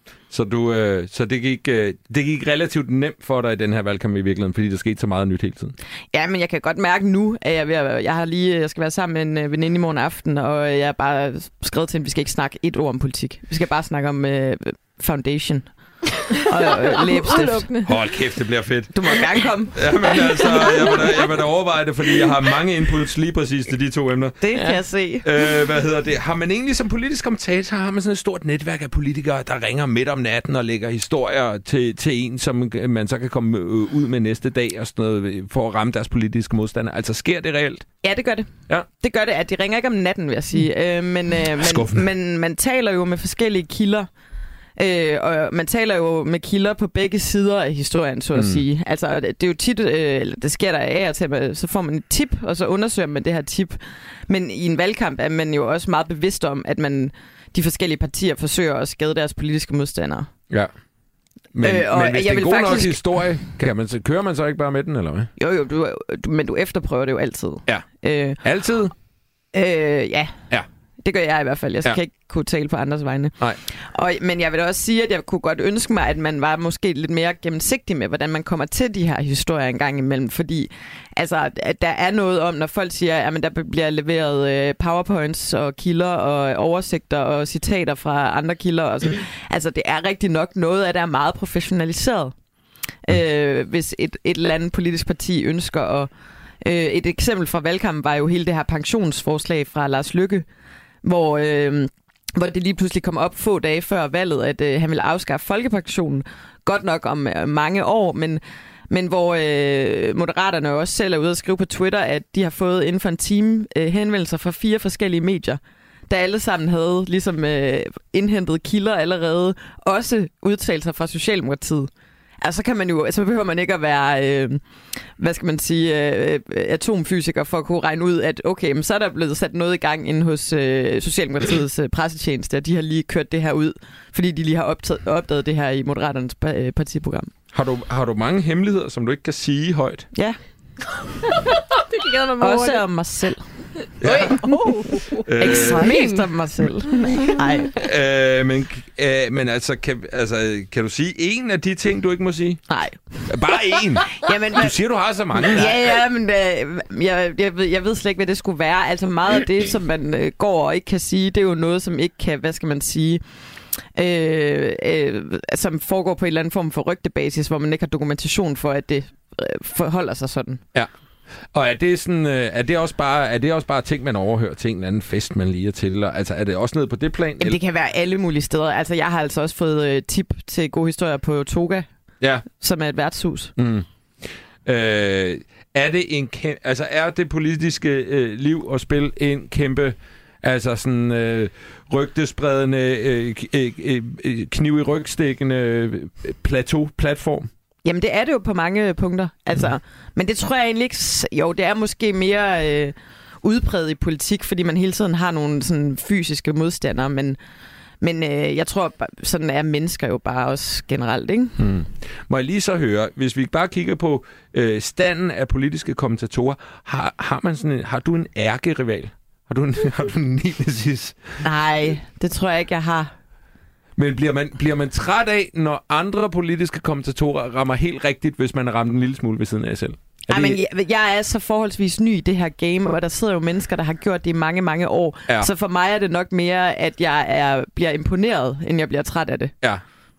Så det gik relativt nemt for dig i den her valgkamp i virkeligheden, fordi der skete så meget nyt hele tiden. Ja, men jeg kan godt mærke nu, at jeg skal være sammen med en veninde i morgen aften, og jeg har bare skrevet til hende, vi skal ikke snakke et ord om politik. Vi skal bare snakke om foundation. Og læbestift. Hold kæft, det bliver fedt. Du må gerne komme. Jamen altså, jeg vil da overveje det, fordi jeg har mange inputs lige præcis til de to emner. Det kan jeg se. Har man egentlig som politisk kommentator, har man sådan et stort netværk af politikere, der ringer midt om natten og lægger historier til en, som man så kan komme ud med næste dag og sådan noget, for at ramme deres politiske modstandere? Altså, sker det reelt? Ja, det gør det. Ja. Det gør det, at de ringer ikke om natten, vil jeg sige. Men man taler jo med forskellige kilder. Og man taler jo med kilder på begge sider af historien, så at sige. Altså, det er jo tit, det sker der af og til, så får man et tip, og så undersøger man det her tip. Men i en valgkamp er man jo også meget bevidst om, at de forskellige partier forsøger at skade deres politiske modstandere. Ja. Men hvis det er en god nok historie, kører man så ikke bare med den, eller hvad? Jo, men du efterprøver det jo altid. Ja. Altid? Ja. Ja. Det gør jeg i hvert fald. Jeg skal ikke kunne tale på andres vegne. Nej. Men jeg vil da også sige, at jeg kunne godt ønske mig, at man var måske lidt mere gennemsigtig med, hvordan man kommer til de her historier en gang imellem. Fordi altså, at der er noget om, når folk siger, at der bliver leveret powerpoints og kilder og oversigter og citater fra andre kilder. Og sådan. Altså, det er rigtig nok noget af det er meget professionaliseret. Hvis et eller andet politisk parti ønsker at... Et eksempel fra valgkampen var jo hele det her pensionsforslag fra Lars Løkke, hvor det lige pludselig kom op få dage før valget, at han ville afskaffe folkepensionen. Godt nok om mange år, men hvor Moderaterne også selv er ude at skrive på Twitter, at de har fået inden for en time henvendelser fra 4 forskellige medier, der alle sammen havde ligesom indhentet kilder allerede, også udtalelser fra Socialdemokratiet. Altså, så behøver man ikke at være, hvad skal man sige, atomfysiker for at kunne regne ud, at okay, men så er der blevet sat noget i gang inde hos Socialdemokratiets pressetjeneste, og de har lige kørt det her ud, fordi de lige har opdaget det her i Moderaternes partiprogram. Har du mange hemmeligheder, som du ikke kan sige højt? Ja. Det kan jeg mig også om mig selv. Ja. Mest om mig selv. Nej. Men altså, kan du sige en af de ting, du ikke må sige? Nej. Bare en? Jamen, du siger, du har så mange. Ja, men jeg ved slet ikke, hvad det skulle være. Altså meget af det, som man går og ikke kan sige, det er jo noget, som ikke kan, hvad skal man sige... som foregår på en eller anden form for rygtebasis, hvor man ikke har dokumentation for, at det forholder sig sådan. Ja. Og er det også bare ting, man overhører til en eller anden fest, man lige er til? Altså, er det også nede på det plan? Jamen, det kan være alle mulige steder. Altså, jeg har altså også fået tip til gode historier på Toga, som er et værtshus. Mm. Er det politiske liv og spil en kæmpe... Altså sådan rygtespredende, kniv i rygstikkende platform? Jamen, det er det jo på mange punkter. Altså, men det tror jeg egentlig ikke... Jo, det er måske mere udpræget i politik, fordi man hele tiden har nogle sådan fysiske modstandere, men jeg tror, sådan er mennesker jo bare også generelt, ikke? Må jeg lige så høre, hvis vi bare kigger på standen af politiske kommentatorer, har du en ærkerival? Har du en nemesis? Nej, det tror jeg ikke, jeg har. Men bliver man træt af, når andre politiske kommentatorer rammer helt rigtigt, hvis man har ramt en lille smule ved siden af selv? Men jeg er så forholdsvis ny i det her game, og der sidder jo mennesker, der har gjort det i mange, mange år. Ja. Så for mig er det nok mere, at jeg bliver imponeret, end jeg bliver træt af det. Ja.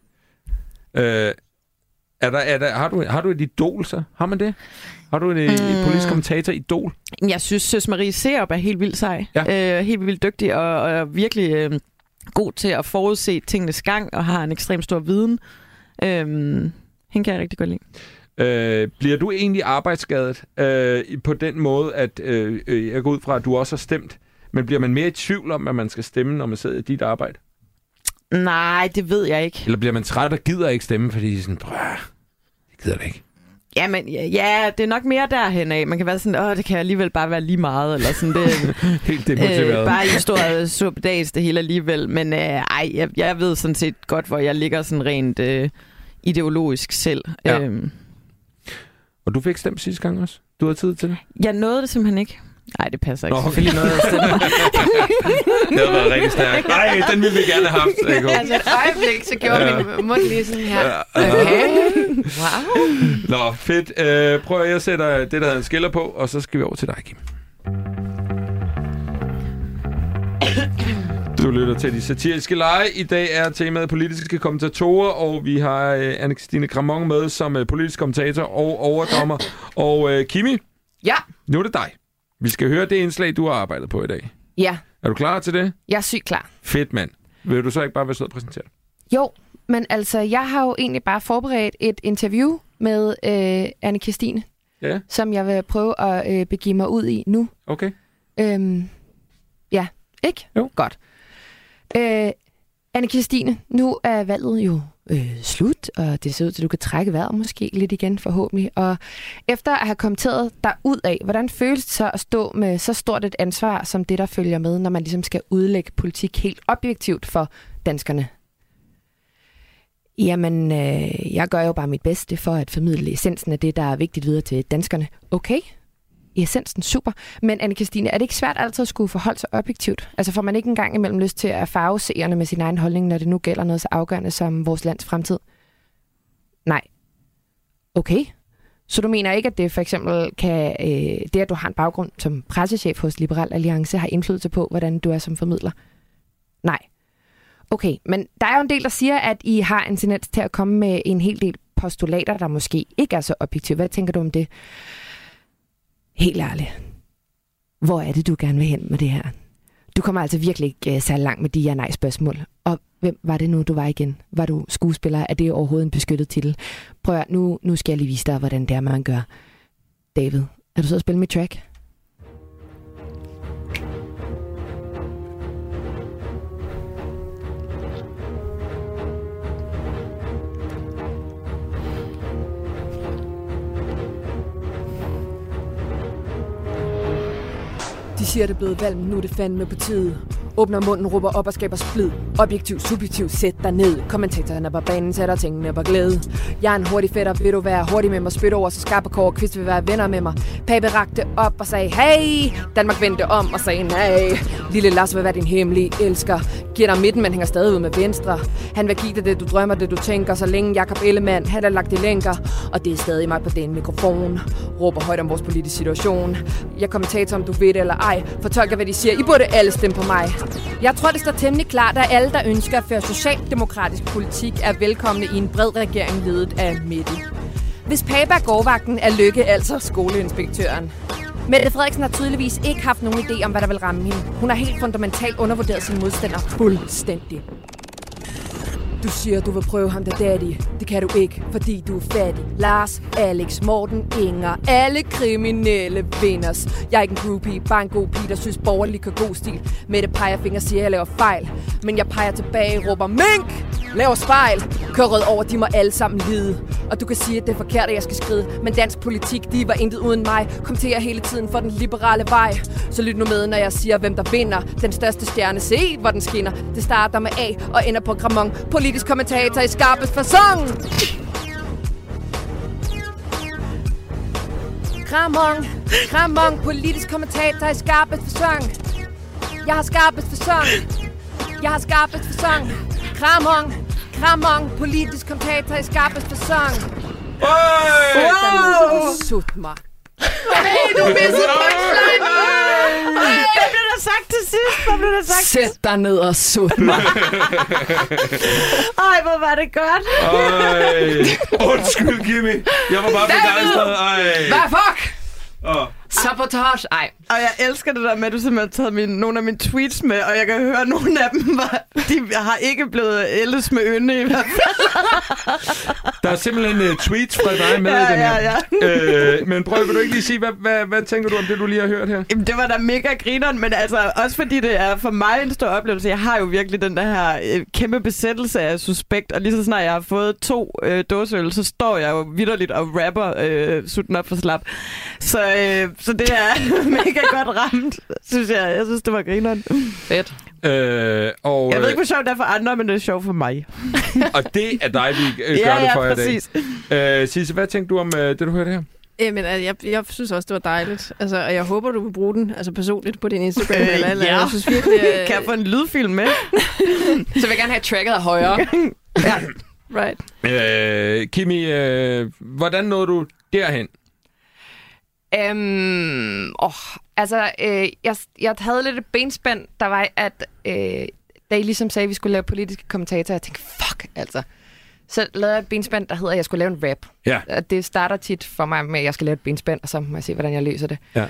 Har du et idol, så? Har man det? Har du et politisk kommentator-idol? Jeg synes, Søs Marie Serup er helt vildt sej. Ja. Helt vildt dygtig og virkelig god til at forudse tingenes gang og har en ekstremt stor viden. Hende kan jeg rigtig godt lide. Bliver du egentlig arbejdsskadet på den måde, at jeg går ud fra, at du også har stemt, men bliver man mere i tvivl om, at man skal stemme, når man sidder i dit arbejde? Nej, det ved jeg ikke. Eller bliver man træt og gider ikke stemme, fordi de er sådan, jeg gider det ikke? Jamen, ja, det er nok mere derhen af. Man kan være sådan, det kan alligevel bare være lige meget, eller sådan det. Helt demotiveret. Bare en stor suppedags det hele alligevel. Men jeg ved sådan set godt, hvor jeg ligger sådan rent ideologisk selv. Ja. Og du fik stemt sidste gang også? Du havde tid til det? Jeg nåede det simpelthen ikke. Nej, det passer ikke. Selvfølgelig noget af det havde været rigtig stærkt. Nej, den ville vi gerne have haft. Altså et øjeblik, så gjorde min mund lige sådan her. Okay. Wow. Nå, fedt. Prøv at jeg sætter det, der hedder en skiller på, og så skal vi over til dig, Kim. Du lytter til De Satiriske Lege. I dag er temaet politiske kommentatorer, og vi har Anne-Kristine Gramont med som politisk kommentator og overdommer. Og Kimi, ja. Nu er det dig. Vi skal høre det indslag, du har arbejdet på i dag. Ja. Er du klar til det? Jeg er sygt klar. Fedt, mand. Vil du så ikke bare være sød og præsentere? Jo, men altså, jeg har jo egentlig bare forberedt et interview med Anne-Kristine, som jeg vil prøve at begive mig ud i nu. Okay. Ja, ikke? Jo. Godt. Anne-Kristine, nu er valget jo slut, og det ser ud til, at du kan trække vejret måske lidt igen forhåbentlig. Og efter at have kommenteret dig ud af, hvordan føles det så at stå med så stort et ansvar som det, der følger med, når man ligesom skal udlægge politik helt objektivt for danskerne? Jamen, jeg gør jo bare mit bedste for at formidle essensen af det, der er vigtigt videre til danskerne. Okay? I essensen, super. Men Anne-Kristine, er det ikke svært altid at skulle forholde sig objektivt? Altså får man ikke engang imellem lyst til at farve seerne med sin egen holdning, når det nu gælder noget så afgørende som vores lands fremtid? Nej. Okay. Så du mener ikke, at det for eksempel kan, det, at du har en baggrund som pressechef hos Liberal Alliance, har indflydelse på, hvordan du er som formidler? Nej. Okay, men der er jo en del, der siger, at I har en tendens til at komme med en hel del postulater, der måske ikke er så objektive. Hvad tænker du om det? Helt ærligt. Hvor er det, du gerne vil hen med det her? Du kommer altså virkelig ikke særlig langt med de ja-nej-spørgsmål. Og hvem var det nu, du var igen? Var du skuespiller? Er det overhovedet en beskyttet titel? Prøv at, nu skal jeg lige vise dig, hvordan det er, man gør. David, er du så at spille mit track? De siger, det er blevet valgt, nu er det fandme på tide. Åbner munden, råber op og skaber splid. Objektiv, subjektiv, sæt dig ned. Kommentatoren er på banen, sætter tingene på glæde. Jeg er en hurtig fætter, vil du være hurtig med mig? Spyt over, så skarp og kår, kvist vil være venner med mig. Pape rakte op og sagde, hey! Danmark vendte om og sagde, nej. Lille Lars vil være din hemmelige elsker. Giver dig midten, men hænger stadig ud med venstre. Han vil give dig det, du drømmer, det du tænker. Så længe Jakob Ellemann, han er lagt i lænker. Og det er stadig mig på den mikrofon. Råber højt om vores politiske situation. Jeg kommentator, om du ved det eller ej. Fortolker, hvad de siger. I burde alle stemme på mig. Jeg tror, det står temmelig klart, at alle, der ønsker at føre socialdemokratisk politik, er velkomne i en bred regering ledet af Mette. Hvis Pape er gårdvagten, er Løkke altså skoleinspektøren. Mette Frederiksen har tydeligvis ikke haft nogen idé om, hvad der vil ramme hende. Hun har helt fundamentalt undervurderet sin modstander fuldstændig. Du siger, du vil prøve ham der daddy. Det kan du ikke, fordi du er fattig. Lars, Alex, Morten, Inger. Alle kriminelle vinders. Jeg er ikke en groupie, bare en god pige, der synes borgerlig kan god stil. Mette peger fingre, siger, jeg laver fejl. Men jeg peger tilbage, råber mink! Laver spejl. Kør rød over, de må alle sammen lide. Og du kan sige, at det er forkert, at jeg skal skride. Men dansk politik, de var intet uden mig. Kommenterer hele tiden for den liberale vej. Så lyt nu med, når jeg siger, hvem der vinder. Den største stjerne, se hvor den skinner. Det starter med A og ender på Gramont. Politisk kommentator i skarpest facon. Gramont, politisk kommentator i skarpest facon. Jeg har skarpest facon. Gramont, politisk kommentator i skarpest facon. Wow! Sut mig. Hey, du missede punchline! Hvad blev der sagt til sidst? Sæt dig ned og sut mig. Ej, hvor var det godt. Ej. Undskyld, Kimi. Jeg var bare begejstret. Hvad fuck? Sabotage. Ej. Og jeg elsker det der med, at du simpelthen har taget nogle af mine tweets med, og jeg kan høre, at nogle af dem de har ikke blevet ældes med ynde i hvert fald. Der er simpelthen tweets fra dig med i den her. Men prøv, vil du ikke lige sige, hvad tænker du om det, du lige har hørt her? Jamen, det var da mega grineren, men altså også fordi det er for mig en stor oplevelse. Jeg har jo virkelig den der her kæmpe besættelse af Suspekt, og lige så snart jeg har fået 2 dåseøl, så står jeg jo vitterligt og rapper Sutten op for slap. Så det er mega godt ramt, synes jeg. Jeg synes, det var grineren. Fedt. Og, jeg ved ikke, hvor sjovt det er for andre, men det er sjovt for mig. Og det er dig, vi gør det for i dag. præcis. Sisse, hvad tænkte du om det, du hørte her? Men jeg synes også, det var dejligt. Altså, og jeg håber, du vil bruge den personligt på din Instagram. Eller. Ja. Jeg synes virkelig... Kan jeg få en lydfilm med? Så vil jeg gerne have tracket af højre. Ja, right. Kimi, hvordan nåede du derhen? Jeg havde lidt et benspænd, der var, at da I ligesom sagde, at vi skulle lave politiske kommentatorer, jeg tænkte, fuck, altså. Så lavede jeg et benspænd, der hedder, at jeg skulle lave en rap. Ja. Og det starter tit for mig med, at jeg skal lave et benspænd, og så må jeg se, hvordan jeg løser det. Ja.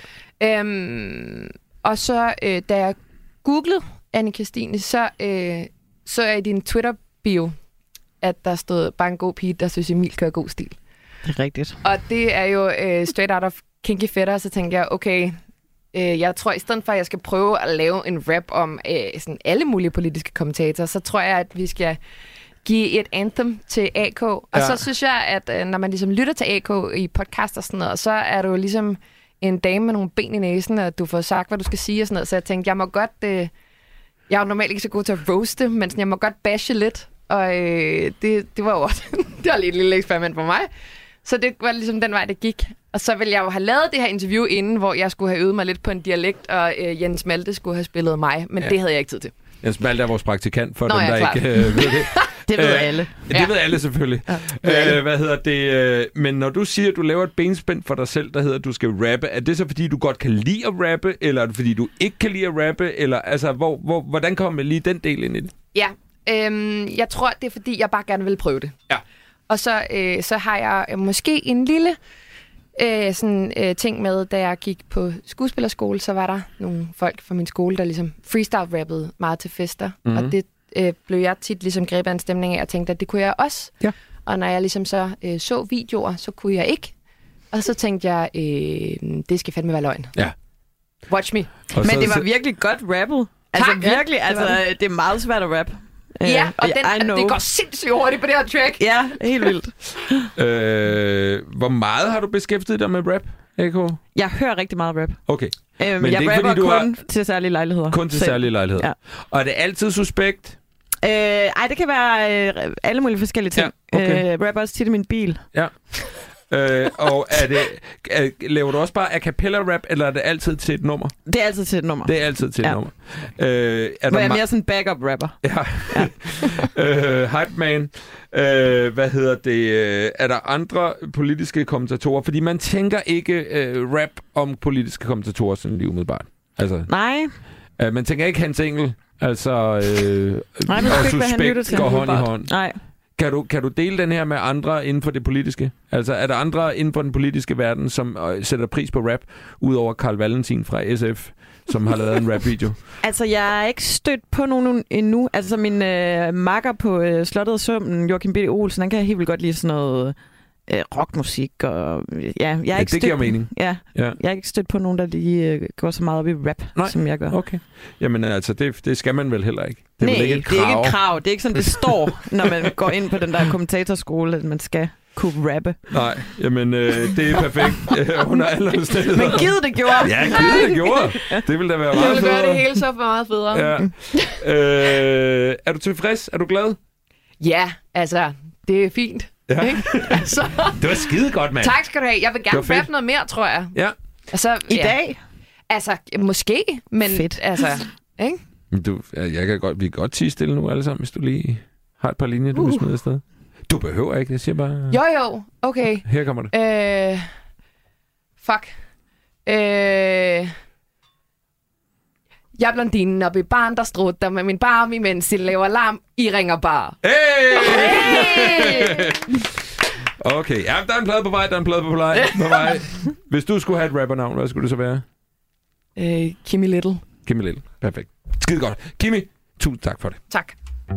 Og så, da jeg googlede Anne Kirstine, så jeg i din Twitter-bio, at der stod bare en god pige, der synes, Emil kører god stil. Det er rigtigt. Og det er jo straight out of Kinky Fætter, så tænkte jeg, okay, jeg tror, i stedet for, at jeg skal prøve at lave en rap om sådan alle mulige politiske kommentatorer, så tror jeg, at vi skal give et anthem til AK. Og så synes jeg, at når man ligesom lytter til AK i podcast og sådan noget, så er du ligesom en dame med nogle ben i næsen, og du får sagt, hvad du skal sige og sådan noget. Så jeg tænkte, jeg må godt... jeg er jo normalt ikke så god til at roaste, men sådan, jeg må godt bashe lidt. Og det var jo det var lige et lille eksperiment for mig. Så det var ligesom den vej, det gik. Og så ville jeg jo have lavet det her interview inden, hvor jeg skulle have øvet mig lidt på en dialekt, og Jens Malte skulle have spillet mig. Men det havde jeg ikke tid til. Jens Malte er vores praktikant for dem, der ikke ved det. Det ved alle. Det ved alle selvfølgelig. Ja. Hvad hedder det? Men når du siger, at du laver et benspænd for dig selv, der hedder, at du skal rappe, er det så fordi, du godt kan lide at rappe, eller er det fordi, du ikke kan lide at rappe? Eller altså, hvordan kommer lige den del ind i det? Ja, jeg tror, det er fordi, jeg bare gerne vil prøve det. Ja. Og så har jeg måske en lille ting med, da jeg gik på skuespillerskole, så var der nogle folk fra min skole, der ligesom freestyle-rappede meget til fester. Mm-hmm. Og det blev jeg tit ligesom grebet af en stemning af, og tænkte, at det kunne jeg også. Ja. Og når jeg ligesom så videoer, så kunne jeg ikke. Og så tænkte jeg, det skal fandme være løgn. Ja. Watch me. Men det var virkelig godt rappet. Altså virkelig, det er meget svært at rappe. Ja, og det går sindssygt hurtigt på det her track. Ja, helt vildt. Hvor meget har du beskæftiget dig med rap, AK? Jeg hører rigtig meget rap. Okay. Men jeg rapper ikke, kun til særlige lejligheder. Kun til særlige lejligheder. Ja. Og er det altid suspekt? Ej, det kan være alle mulige forskellige ting. Ja, okay. Rapper også tit i min bil. Ja. Og laver du også bare a cappella rap, eller er det altid til et nummer? Det er altid til et nummer. Det er altid til et nummer. Hvor jeg er mere sådan en backup rapper. Ja. Hype man. Hvad hedder det? Er der andre politiske kommentatorer? Fordi man tænker ikke rap om politiske kommentatorer sådan lige umiddelbart. Altså, nej. Man tænker ikke Hans Engel. Altså, nej, men og suspekt går hånd i hånd. Nej. Kan du dele den her med andre inden for det politiske? Altså, er der andre inden for den politiske verden, som sætter pris på rap, udover Carl Valentin fra SF, som har lavet en rap-video? Altså, jeg er ikke stødt på nogen endnu. Altså, min makker på Slottet og Sømmen, Joachim B. Olsen, han kan helt vildt godt lide sådan noget rockmusik. Og, jeg er ikke det giver mening. Ja. Jeg er ikke stødt på nogen, der lige går så meget op i rap, som jeg gør. Okay. Jamen altså, det skal man vel heller ikke. Det er ikke et krav. Det er ikke et krav. Det er ikke sådan, det står, når man går ind på den der kommentatorskole, at man skal kunne rappe. Nej, jamen det er perfekt under alle omstændigheder. Men givet det gjorde. Ja, givet det gjorde. Det ville da være meget federe. Det ville gøre det hele så meget federe. Ja. Er du tilfreds? Er du glad? Ja, altså, det er fint. Ja. Altså. Det var skide godt, mand. Tak skal du have. Jeg vil gerne rappe noget mere, tror jeg. Ja. Altså, i dag? Altså, måske, men fedt. Altså, ikke? Vi kan godt tige stille nu alle sammen, hvis du lige har et par linjer, du vil smide afsted. Du behøver ikke, jeg siger bare... Jo, okay. Her kommer det. Fuck. Jeg er blondinen oppe i baren, der strutter med min barm, imens I laver larm. I ringer bare. Hey! Okay, ja, der er en plade på vej, Hvis du skulle have et rappernavn, hvad skulle det så være? Kimi Little. Kimi Little, perfekt. Skide godt. Kimi, tusind tak for det. Tak.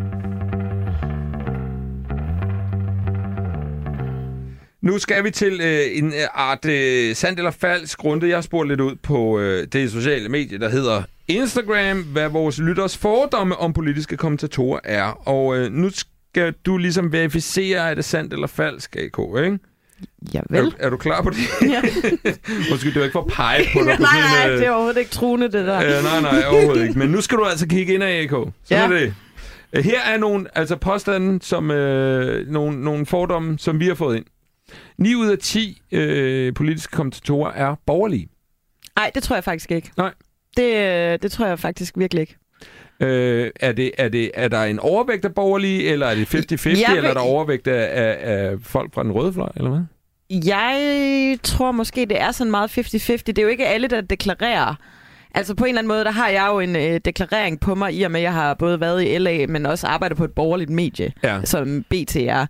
Nu skal vi til en art sandt eller falsk runde. Jeg har spurgt lidt ud på det sociale medie, der hedder Instagram, hvad vores lytters fordomme om politiske kommentatorer er. Og nu skal du ligesom verificere, er det sandt eller falsk, AK, ikke? Ja, vel. Er du klar på det? Ja. Måske du ikke får pege på dig. Nej, det er overhovedet ikke truende, det der. Nej, overhovedet ikke. Men nu skal du altså kigge ind af, AK. Sådan er det. Her er nogle påstande, som nogle fordomme, som vi har fået ind. 9 ud af 10 politiske kommentatorer er borgerlige. Nej, det tror jeg faktisk ikke. Nej. Det tror jeg faktisk virkelig ikke. Er der en overvægt af borgerlige, eller er det 50-50, eller er der overvægt af folk fra den røde fløj, eller hvad? Jeg tror måske, det er sådan meget 50-50. Det er jo ikke alle, der deklarerer. Altså på en eller anden måde, der har jeg jo en deklarering på mig, i og med, at jeg har både været i LA, men også arbejdet på et borgerligt medie, som BTR.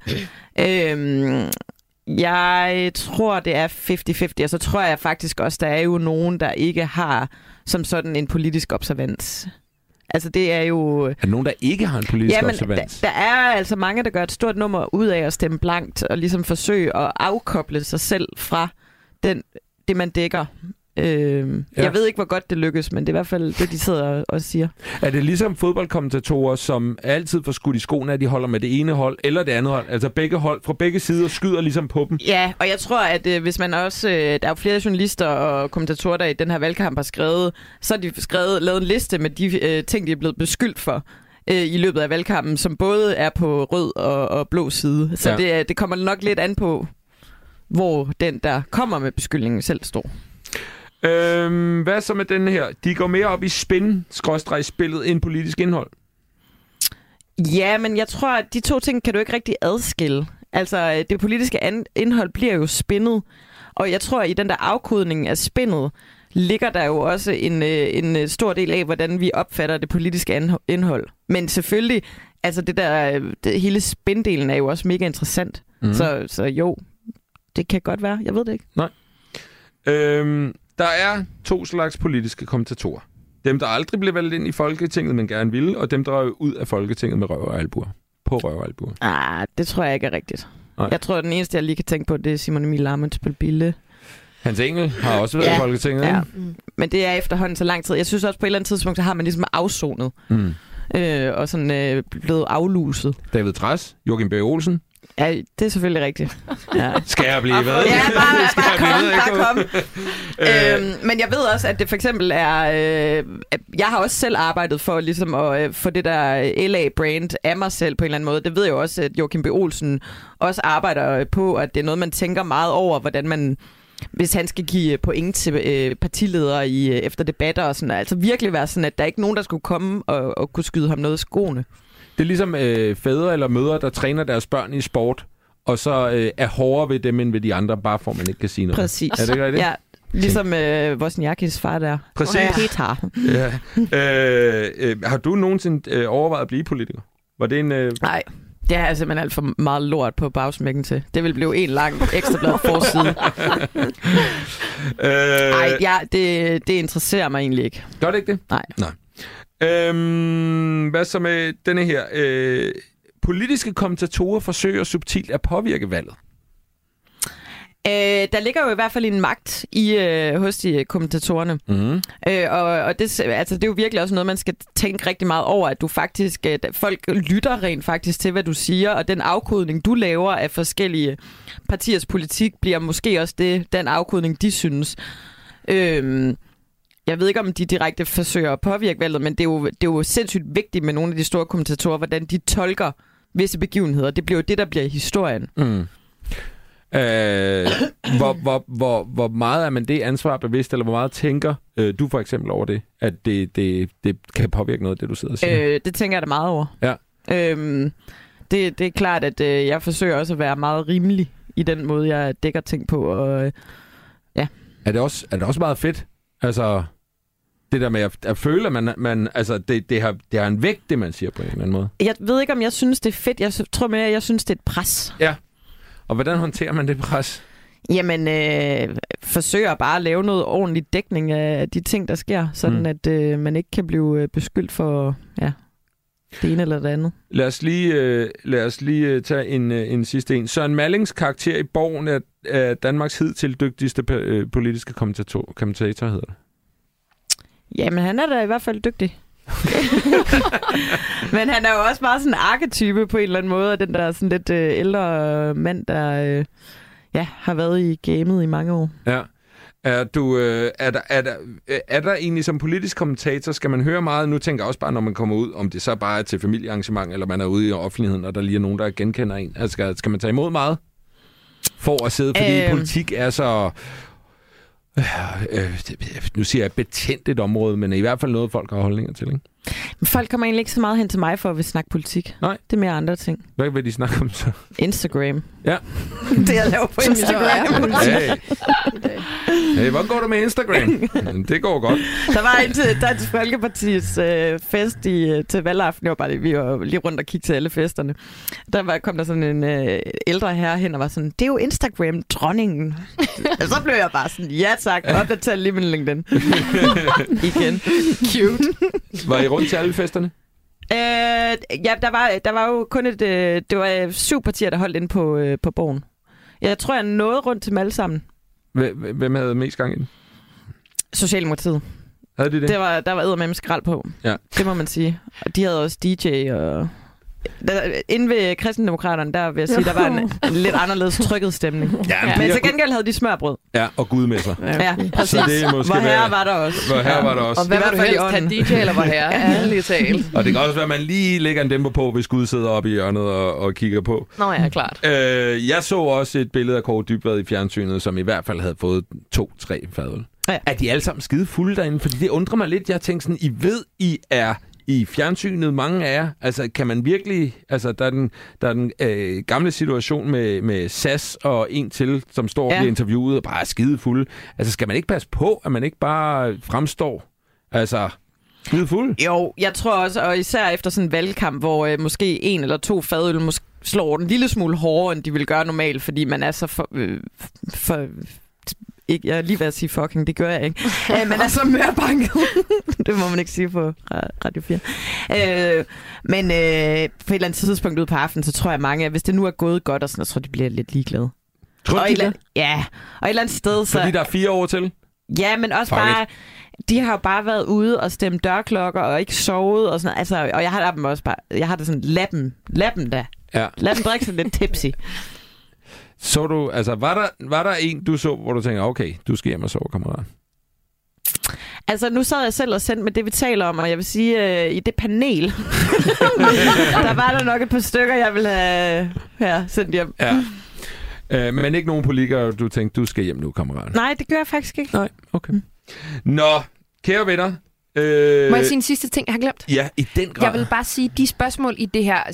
Jeg tror, det er 50-50, og så tror jeg faktisk også, der er jo nogen, der ikke har som sådan en politisk observans. Altså det er jo... Er der nogen, der ikke har en politisk observans? Der er altså mange, der gør et stort nummer ud af at stemme blankt, og ligesom forsøge at afkoble sig selv fra det, man dækker. Jeg ved ikke, hvor godt det lykkes, men det er i hvert fald det, de sidder og siger. Er det ligesom fodboldkommentatorer, som altid får skudt i skoene, at de holder med det ene hold eller det andet hold? Altså begge hold fra begge sider skyder ligesom på dem? Ja, og jeg tror, at hvis man også... der er jo flere journalister og kommentatorer, der i den her valgkamp har skrevet, så har de lavet en liste med de ting, de er blevet beskyldt for i løbet af valgkampen, som både er på rød og blå side. Så det kommer nok lidt an på, hvor den, der kommer med beskyldningen, selv står. Hvad så med den her? De går mere op i spin-spillet end politisk indhold. Ja, men jeg tror, at de to ting kan du ikke rigtig adskille. Altså, det politiske indhold bliver jo spinnet, og jeg tror, at i den der afkodning af spinnet ligger der jo også en stor del af, hvordan vi opfatter det politiske indhold. Men selvfølgelig, altså hele spindelen er jo også mega interessant. Mm. Så jo, det kan godt være. Jeg ved det ikke. Nej. Der er 2 slags politiske kommentatorer. Dem, der aldrig blev valgt ind i Folketinget, men gerne ville, og dem, der røg ud af Folketinget med røv og albuer. På røv og albuer. Det tror jeg ikke er rigtigt. Nej. Jeg tror, at den eneste, jeg lige kan tænke på, det er Simon Emil Ammitzbøll-Bille. Hans Engel har også været i Folketinget. Ja. Men det er efterhånden så lang tid. Jeg synes også, på et eller andet tidspunkt, så har man ligesom afsonet. Og sådan blevet afluset. David Trads, Joachim B. Olsen. Ja, det er selvfølgelig rigtigt. Ja. Skal jeg blive ved? Ja, bare kom. Men jeg ved også, at det for eksempel er... jeg har også selv arbejdet for ligesom at få det der LA-brand af mig selv på en eller anden måde. Det ved jeg jo også, at Joachim B. Olsen også arbejder på, at det er noget, man tænker meget over, hvordan man... Hvis han skal give point til partiledere efter debatter og sådan, altså virkelig være sådan, at der er ikke nogen, der skulle komme og kunne skyde ham noget i skoene. Det er ligesom fædre eller mødre, der træner deres børn i sport, og så er hårdere ved dem end ved de andre, bare for man ikke kan sige noget. Præcis. Er det ikke rigtigt? Ja, ligesom Wozniackis far der. Præcis. Petar. Ja. Har du nogensinde overvejet at blive politiker? Var det en... Nej. Det er simpelthen alt for meget lort på bagsmækken til. Det vil blive en lang ekstrablad forside. Nej, det interesserer mig egentlig ikke. Gør det ikke det? Nej. Hvad så med denne her? Politiske kommentatorer forsøger subtilt at påvirke valget. Der ligger jo i hvert fald en magt hos de kommentatorerne. Mm. Og det er jo virkelig også noget, man skal tænke rigtig meget over, at du faktisk, folk lytter rent faktisk til, hvad du siger, og den afkodning, du laver af forskellige partiers politik, bliver måske også den afkodning, de synes. Jeg ved ikke, om de direkte forsøger at påvirke valget, men det er jo sindssygt vigtigt med nogle af de store kommentatorer, hvordan de tolker visse begivenheder. Det bliver jo det, der bliver historien. Mm. Hvor meget er man det ansvar bevidst, eller hvor meget tænker du for eksempel over det, at det kan påvirke noget af det, du sidder og siger? Det tænker jeg da meget over. Ja. Det er klart, at jeg forsøger også at være meget rimelig i den måde, jeg dækker ting på. Og, ja. Er det også meget fedt? Altså, det der med at føle, at man altså, det har en vægt, det man siger på en eller anden måde. Jeg ved ikke, om jeg synes, det er fedt. Jeg tror mere, at jeg synes, det er et pres. Ja. Og hvordan håndterer man det pres? Jamen, forsøger bare at lave noget ordentlig dækning af de ting, der sker, sådan at man ikke kan blive beskyldt for det ene eller det andet. Lad os lige tage en sidste en. Søren Mallings karakter i Borgen er Danmarks hidtil dygtigste politiske kommentator, hedder det. Jamen, han er da i hvert fald dygtig. Men han er jo også bare sådan en arketype på en eller anden måde, af den der sådan lidt ældre mand, der har været i gamet i mange år. Ja. Er der egentlig som politisk kommentator, skal man høre meget? Nu tænker jeg også bare, når man kommer ud, om det så bare er til familiearrangement, eller man er ude i offentligheden, og der lige er nogen, der genkender en. Altså, skal man tage imod meget? for at sidde, fordi politik er så... nu siger jeg betændt et område, men i hvert fald noget, folk har holdninger til, ikke? Men folk kommer egentlig ikke så meget hen til mig for at vil snakke politik. Nej. Det er mere andre ting. Hvad vil de snakke om så? Instagram. Ja. Det jeg laver på Instagram. Hey, hvordan går det med Instagram? Det går godt. Der var en til Dansk Folkepartis fest til valgaften. Vi var lige rundt og kiggede til alle festerne. Kom der sådan en ældre herre hen og var sådan, det er jo Instagram-dronningen. Og så blev jeg bare sådan, ja tak, opdater lige min LinkedIn. Igen. Cute. Var I rundt til alle festerne? Ja, der var jo kun det var 7 partier, der holdt inde på Borgen. Jeg tror, jeg nåede rundt til dem alle sammen. Hvem havde mest gang i den? Socialdemokratiet. Havde de det? Der var eddermame skrald på. Ja. Det må man sige. Og de havde også DJ og... Inde ved Kristendemokraterne, der vil jeg sige, der var en lidt anderledes trykket stemning. Ja, men til gengæld havde de smørbrød. Ja, og Gud med sig. Ja, præcis. Så det måske hvor herre var der også. Hvor herre var der også. Og hvad vil du helst have, DJ eller hvor herre? Ærligt talt. Og det kan også være, at man lige lægger en dæmper på, hvis Gud sidder oppe i hjørnet og kigger på. Nå ja, klart. Jeg så også et billede af Kåre Dybvad i fjernsynet, som i hvert fald havde fået 2-3 fadøl. Ja. Er de alle sammen skide fulde derinde? Fordi det undrer mig lidt. Jeg tænkte sådan, I ved, I er... I fjernsynet, mange af jer, altså kan man virkelig, altså der er den gamle situation med SAS og en til, som står og bliver interviewet og bare er skide fuld. Altså skal man ikke passe på, at man ikke bare fremstår, altså skide fuld? Jo, jeg tror også, og især efter sådan en valgkamp, hvor måske 1 eller 2 fadøl slår en lille smule hårdere, end de vil gøre normalt, fordi man er så for ikke, jeg er lige ved at sige fucking, det gør jeg ikke. Men altså mørbanket. Det må man ikke sige på Radio 4. Men på et eller andet tidspunkt ude på aftenen, så tror jeg mange, hvis det nu er gået godt, og sådan, så tror de bliver lidt ligeglade. Tror du det? Ja, og et eller andet sted... Så, fordi der er 4 år til? Ja, men også bare... De har jo bare været ude og stemt dørklokker og ikke sovet og sådan noget. Altså, og jeg har dem også bare... Jeg har det sådan, lad dem da. Ja. Lad dem drikke sådan lidt tipsy. Så du, altså, var der en, du så, hvor du tænker, okay, du skal hjem og sove, kammerat? Altså, nu sad jeg selv og sendte med det, vi taler om, og jeg vil sige, i det panel, der var der nok et par stykker, jeg ville have sendt hjem. Ja. Men ikke nogen politikere, du tænkte, du skal hjem nu, kammerat? Nej, det gør jeg faktisk ikke. Nej, okay. Nå, kære venner. Må jeg sige en sidste ting, jeg har glemt? Ja, i den grad. Jeg vil bare sige, de spørgsmål i det her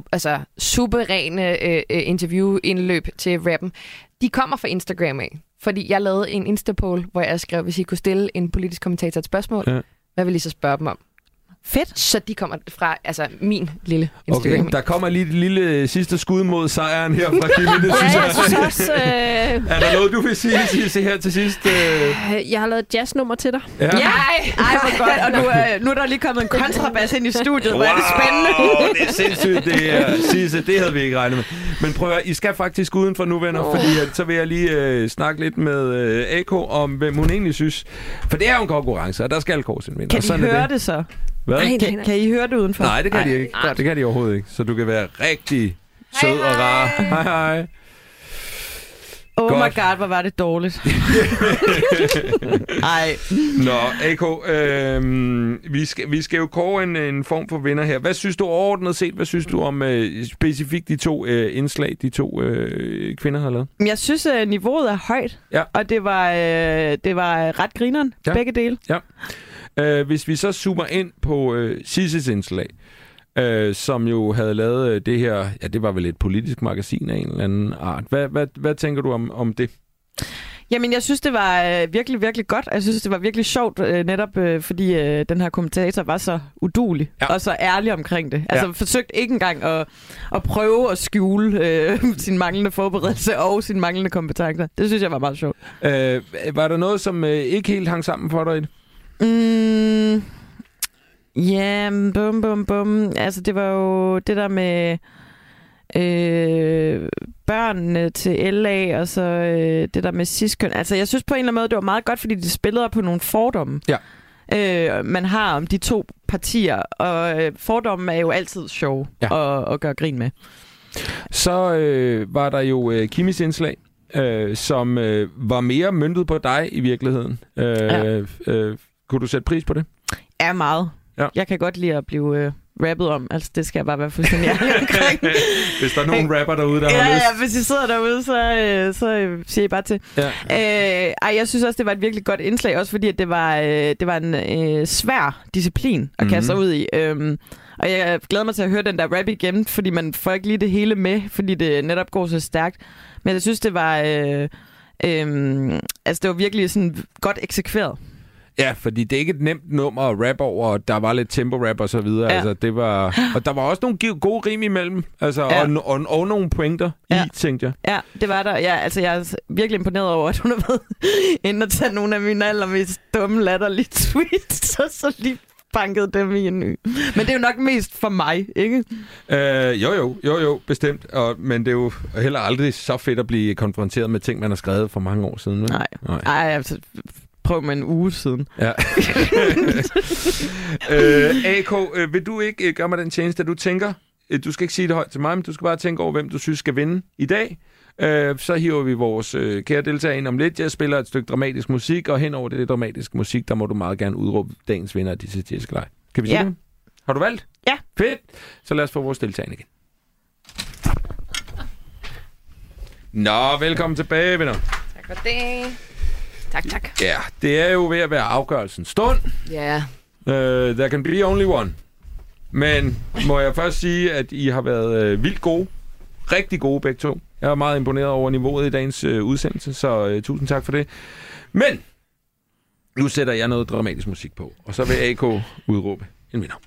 suveræne interviewindløb til rappen, de kommer fra Instagram af. Fordi jeg lavede en Instapoll, hvor jeg skrev, hvis I kunne stille en politisk kommentator et spørgsmål, hvad vil I så spørge dem om? Fedt. Så de kommer fra min lille Instagram. Okay, der kommer lige et lille sidste skud mod sejren her fra Kimi. Det synes jeg synes også... Er der noget, du vil sige her til sidst? Jeg har lavet et jazznummer til dig. Ja. Ej, hvor godt. Og nu er der lige kommet en kontrabas ind i studiet. Hvor er det spændende. Det er sindssygt. Det havde vi ikke regnet med. Men prøv at, I skal faktisk udenfor nu, venner, fordi så vil jeg lige snakke lidt med AK om, hvem hun egentlig synes. For det er jo en konkurrence, og der skal kåres en vinder. Kan de høre det så? Kan I høre det udenfor? Nej, det kan de ikke. Det kan de overhovedet ikke. Så du kan være rigtig sød og rar. Hej. Oh my god, hvor var det dårligt. Ej. Nå, AK, vi skal jo kåre en form for vinder her. Hvad synes du overordnet set? Hvad synes du om specifikt de 2 indslag, de 2 kvinder har lavet? Jeg synes, niveauet er højt. Ja. Og det var ret grineren, begge dele. Ja. Hvis vi så zoomer ind på Sisses indslag, som jo havde lavet det her, ja, det var vel et politisk magasin af en eller anden art. Hvad tænker du om det? Jamen, jeg synes, det var virkelig, virkelig godt. Jeg synes, det var virkelig sjovt, netop fordi den her kommentator var så uduelig og så ærlig omkring det. Altså, forsøgte ikke engang at prøve at skjule sin manglende forberedelse og sin manglende kompetencer. Det synes jeg var meget sjovt. Var der noget, som ikke helt hang sammen for dig i det? Ja, bum. Altså, det var jo det der med børnene til LA, og så det der med cis-køn. Altså, jeg synes på en eller anden måde, det var meget godt, fordi de spillede på nogle fordomme, man har om de 2 partier, og fordomme er jo altid sjove at gøre grin med. Så var der jo Kimis indslag, som var mere møntet på dig i virkeligheden. Kunne du sætte pris på det? Ja, meget. Ja. Jeg kan godt lide at blive rappet om. Altså, det skal jeg bare være fuldstændig ærlig omkring. Hvis der er nogen rapper derude, der har lyst. Ja, hvis I sidder derude, så siger I bare til. Ja. Jeg synes også, det var et virkelig godt indslag, også fordi at det var en svær disciplin at kaste sig ud i. Og jeg glæder mig til at høre den der rap igen, fordi man får ikke lige det hele med, fordi det netop går så stærkt. Men jeg synes, det var, det var virkelig sådan godt eksekveret. Ja, fordi det er ikke et nemt nummer at rappe over, og der var lidt tempo-rap og så videre. Ja. Altså, det var, og der var også nogle gode rim imellem, altså, og nogle pointer i, tænkte jeg. Ja, det var der. Ja, altså, jeg er virkelig imponeret over, at hun har været inde og tage nogle af mine allermest dumme latterlige tweets, så lige bankede dem i en ny. Men det er jo nok mest for mig, ikke? Jo, bestemt. Men det er jo heller aldrig så fedt at blive konfronteret med ting, man har skrevet for mange år siden. Nej, altså... Prøv med en uge siden. Ja. AK, vil du ikke gøre mig den tjeneste, at du tænker, du skal ikke sige det højt til mig, men du skal bare tænke over, hvem du synes skal vinde i dag. Så hiver vi vores kære deltager ind om lidt. Jeg spiller et stykke dramatisk musik, og hen over det dramatiske musik, der må du meget gerne udråbe dagens vinder af de satiriske leg. Kan vi sige det? Har du valgt? Ja. Fedt. Så lad os få vores deltager igen. Nå, velkommen tilbage, venner. Tak for det. Tak. Ja, det er jo ved at være afgørelsens stund. Ja. There can be only one. Men må jeg først sige, at I har været vildt gode. Rigtig gode begge to. Jeg er meget imponeret over niveauet i dagens udsendelse, så tusind tak for det. Men nu sætter jeg noget dramatisk musik på, og så vil AK udråbe en vinder.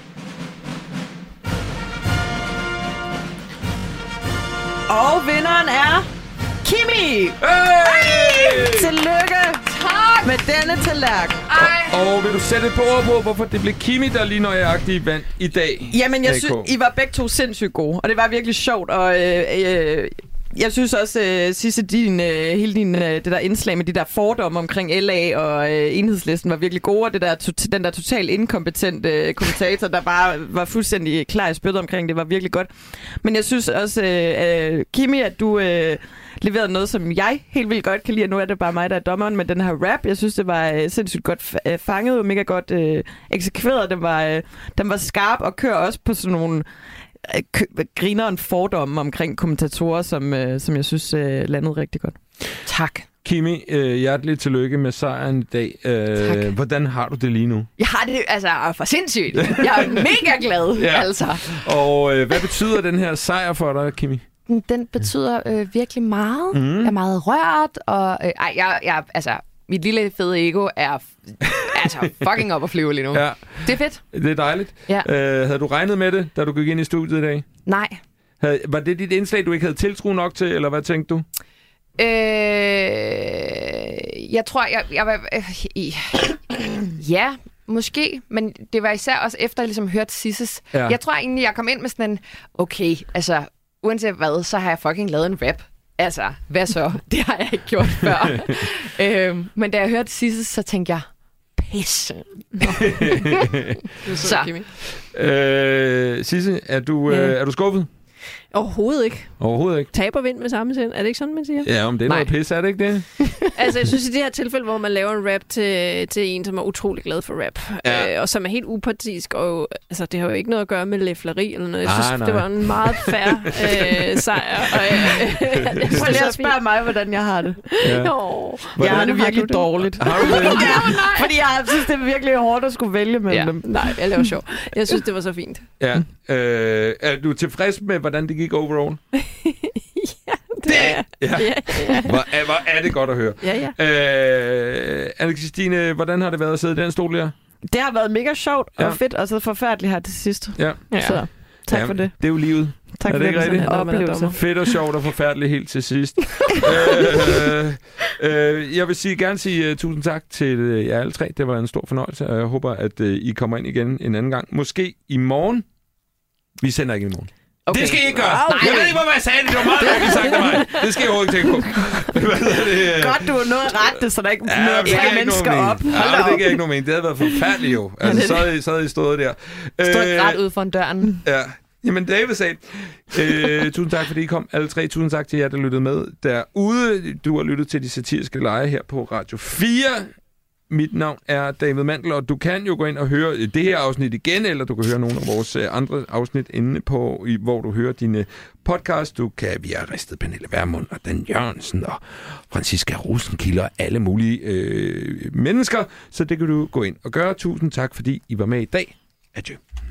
Og vinderen er Kimi! Hey! Tillykke! Tak! Med denne tallerken. Og vil du sætte et par ord på, hvorfor det blev Kimi, der lige nøjagtigt vandt i dag? Jamen, jeg synes, I var begge to sindssygt gode, og det var virkelig sjovt, og jeg synes også, Sisse, det der indslag med de der fordomme omkring LA og Enhedslisten var virkelig gode, og den der totalt inkompetent kommentator, der bare var fuldstændig klar i spyttet omkring, det var virkelig godt. Men jeg synes også, Kimi, at du leverede noget, som jeg helt vildt godt kan lide, og nu er det bare mig, der er dommeren, men den her rap, jeg synes, det var sindssygt godt fanget, og mega godt eksekveret, den var skarp, og kører også på sådan nogle griner en fordomme omkring kommentatorer, som jeg synes landede rigtig godt. Tak. Kimi, hjerteligt tillykke med sejren i dag. Hvordan har du det lige nu? Jeg har det for sindssygt. Jeg er mega glad, altså. Og hvad betyder den her sejr for dig, Kimi? Den betyder virkelig meget. Jeg er meget rørt, og mit lille fede ego er fucking op at flyve lige nu. Ja. Det er fedt. Det er dejligt. Ja. Havde du regnet med det, da du gik ind i studiet i dag? Nej. Var det dit indslag, du ikke havde tiltro nok til, eller hvad tænkte du? Jeg tror, jeg var... ja, måske, men det var især også efter, jeg ligesom hørte Sisses. Ja. Jeg tror egentlig, jeg kom ind med sådan en... Okay, altså, uanset hvad, så har jeg fucking lavet en rap. Altså, hvad så? Det har jeg ikke gjort før. Men da jeg hørte Sisses, så tænkte jeg... Pisse. Så. Sisse, er du skuffet? Overhovedet ikke. Overhovedet ikke. Taber vind med samme sind. Er det ikke sådan, man siger? Ja, om det er noget pis, er det ikke det? Altså, jeg synes, i det her tilfælde, hvor man laver en rap til en, som er utrolig glad for rap, og som er helt upartisk, og altså, det har jo ikke noget at gøre med læfleri eller noget. Jeg synes, det var en meget fair sejr. Prøv lige at spørge mig, hvordan jeg har det. Ja. Jeg har det virkelig dårligt. Har du det? Fordi jeg synes, det er virkelig hårdt at skulle vælge mellem dem. Nej, jeg laver sjov. Jeg synes, det var så fint. Ja. Er du tilfreds med, hvordan det gik overall? Ja, det er jeg. Ja. Hvor er det godt at høre. Ja. Anne-Kristine, hvordan har det været at sidde i den stol her? Det har været mega sjovt og fedt, og så forfærdeligt her til sidst. Ja. Så tak for det. Det er jo livet. Tak for det. Er det ikke oplevelse. Fedt og sjovt og forfærdeligt helt til sidst. Jeg vil gerne sige tusind tak til jer alle tre. Det var en stor fornøjelse, og jeg håber, at I kommer ind igen en anden gang. Måske i morgen. Vi sender ikke i morgen. Okay. Det skal I ikke gøre. Okay. Jeg ved ikke, hvor jeg sagde det. Det var meget mærkeligt sagt af mig. Det skal jeg overhovedet ikke tænke på. Godt, du har nået at rette det, så der ikke møder flere mennesker op. Det giver ikke nogen mening. Det havde været forfærdeligt jo. Altså, så havde I stået der. Stået ret ude foran døren. Ja. Jamen, David sagde, tusind tak, fordi I kom. Alle tre, tusind tak til jer, der lyttede med derude. Du har lyttet til de satiriske lege her på Radio 4. Mit navn er David Mandel, og du kan jo gå ind og høre det her afsnit igen, eller du kan høre nogle af vores andre afsnit inde på, hvor du hører dine podcast. Du kan via Ristet Pernille Vermund og Dan Jørgensen og Franziska Rosenkilde og alle mulige mennesker. Så det kan du gå ind og gøre. Tusind tak, fordi I var med i dag. Adieu.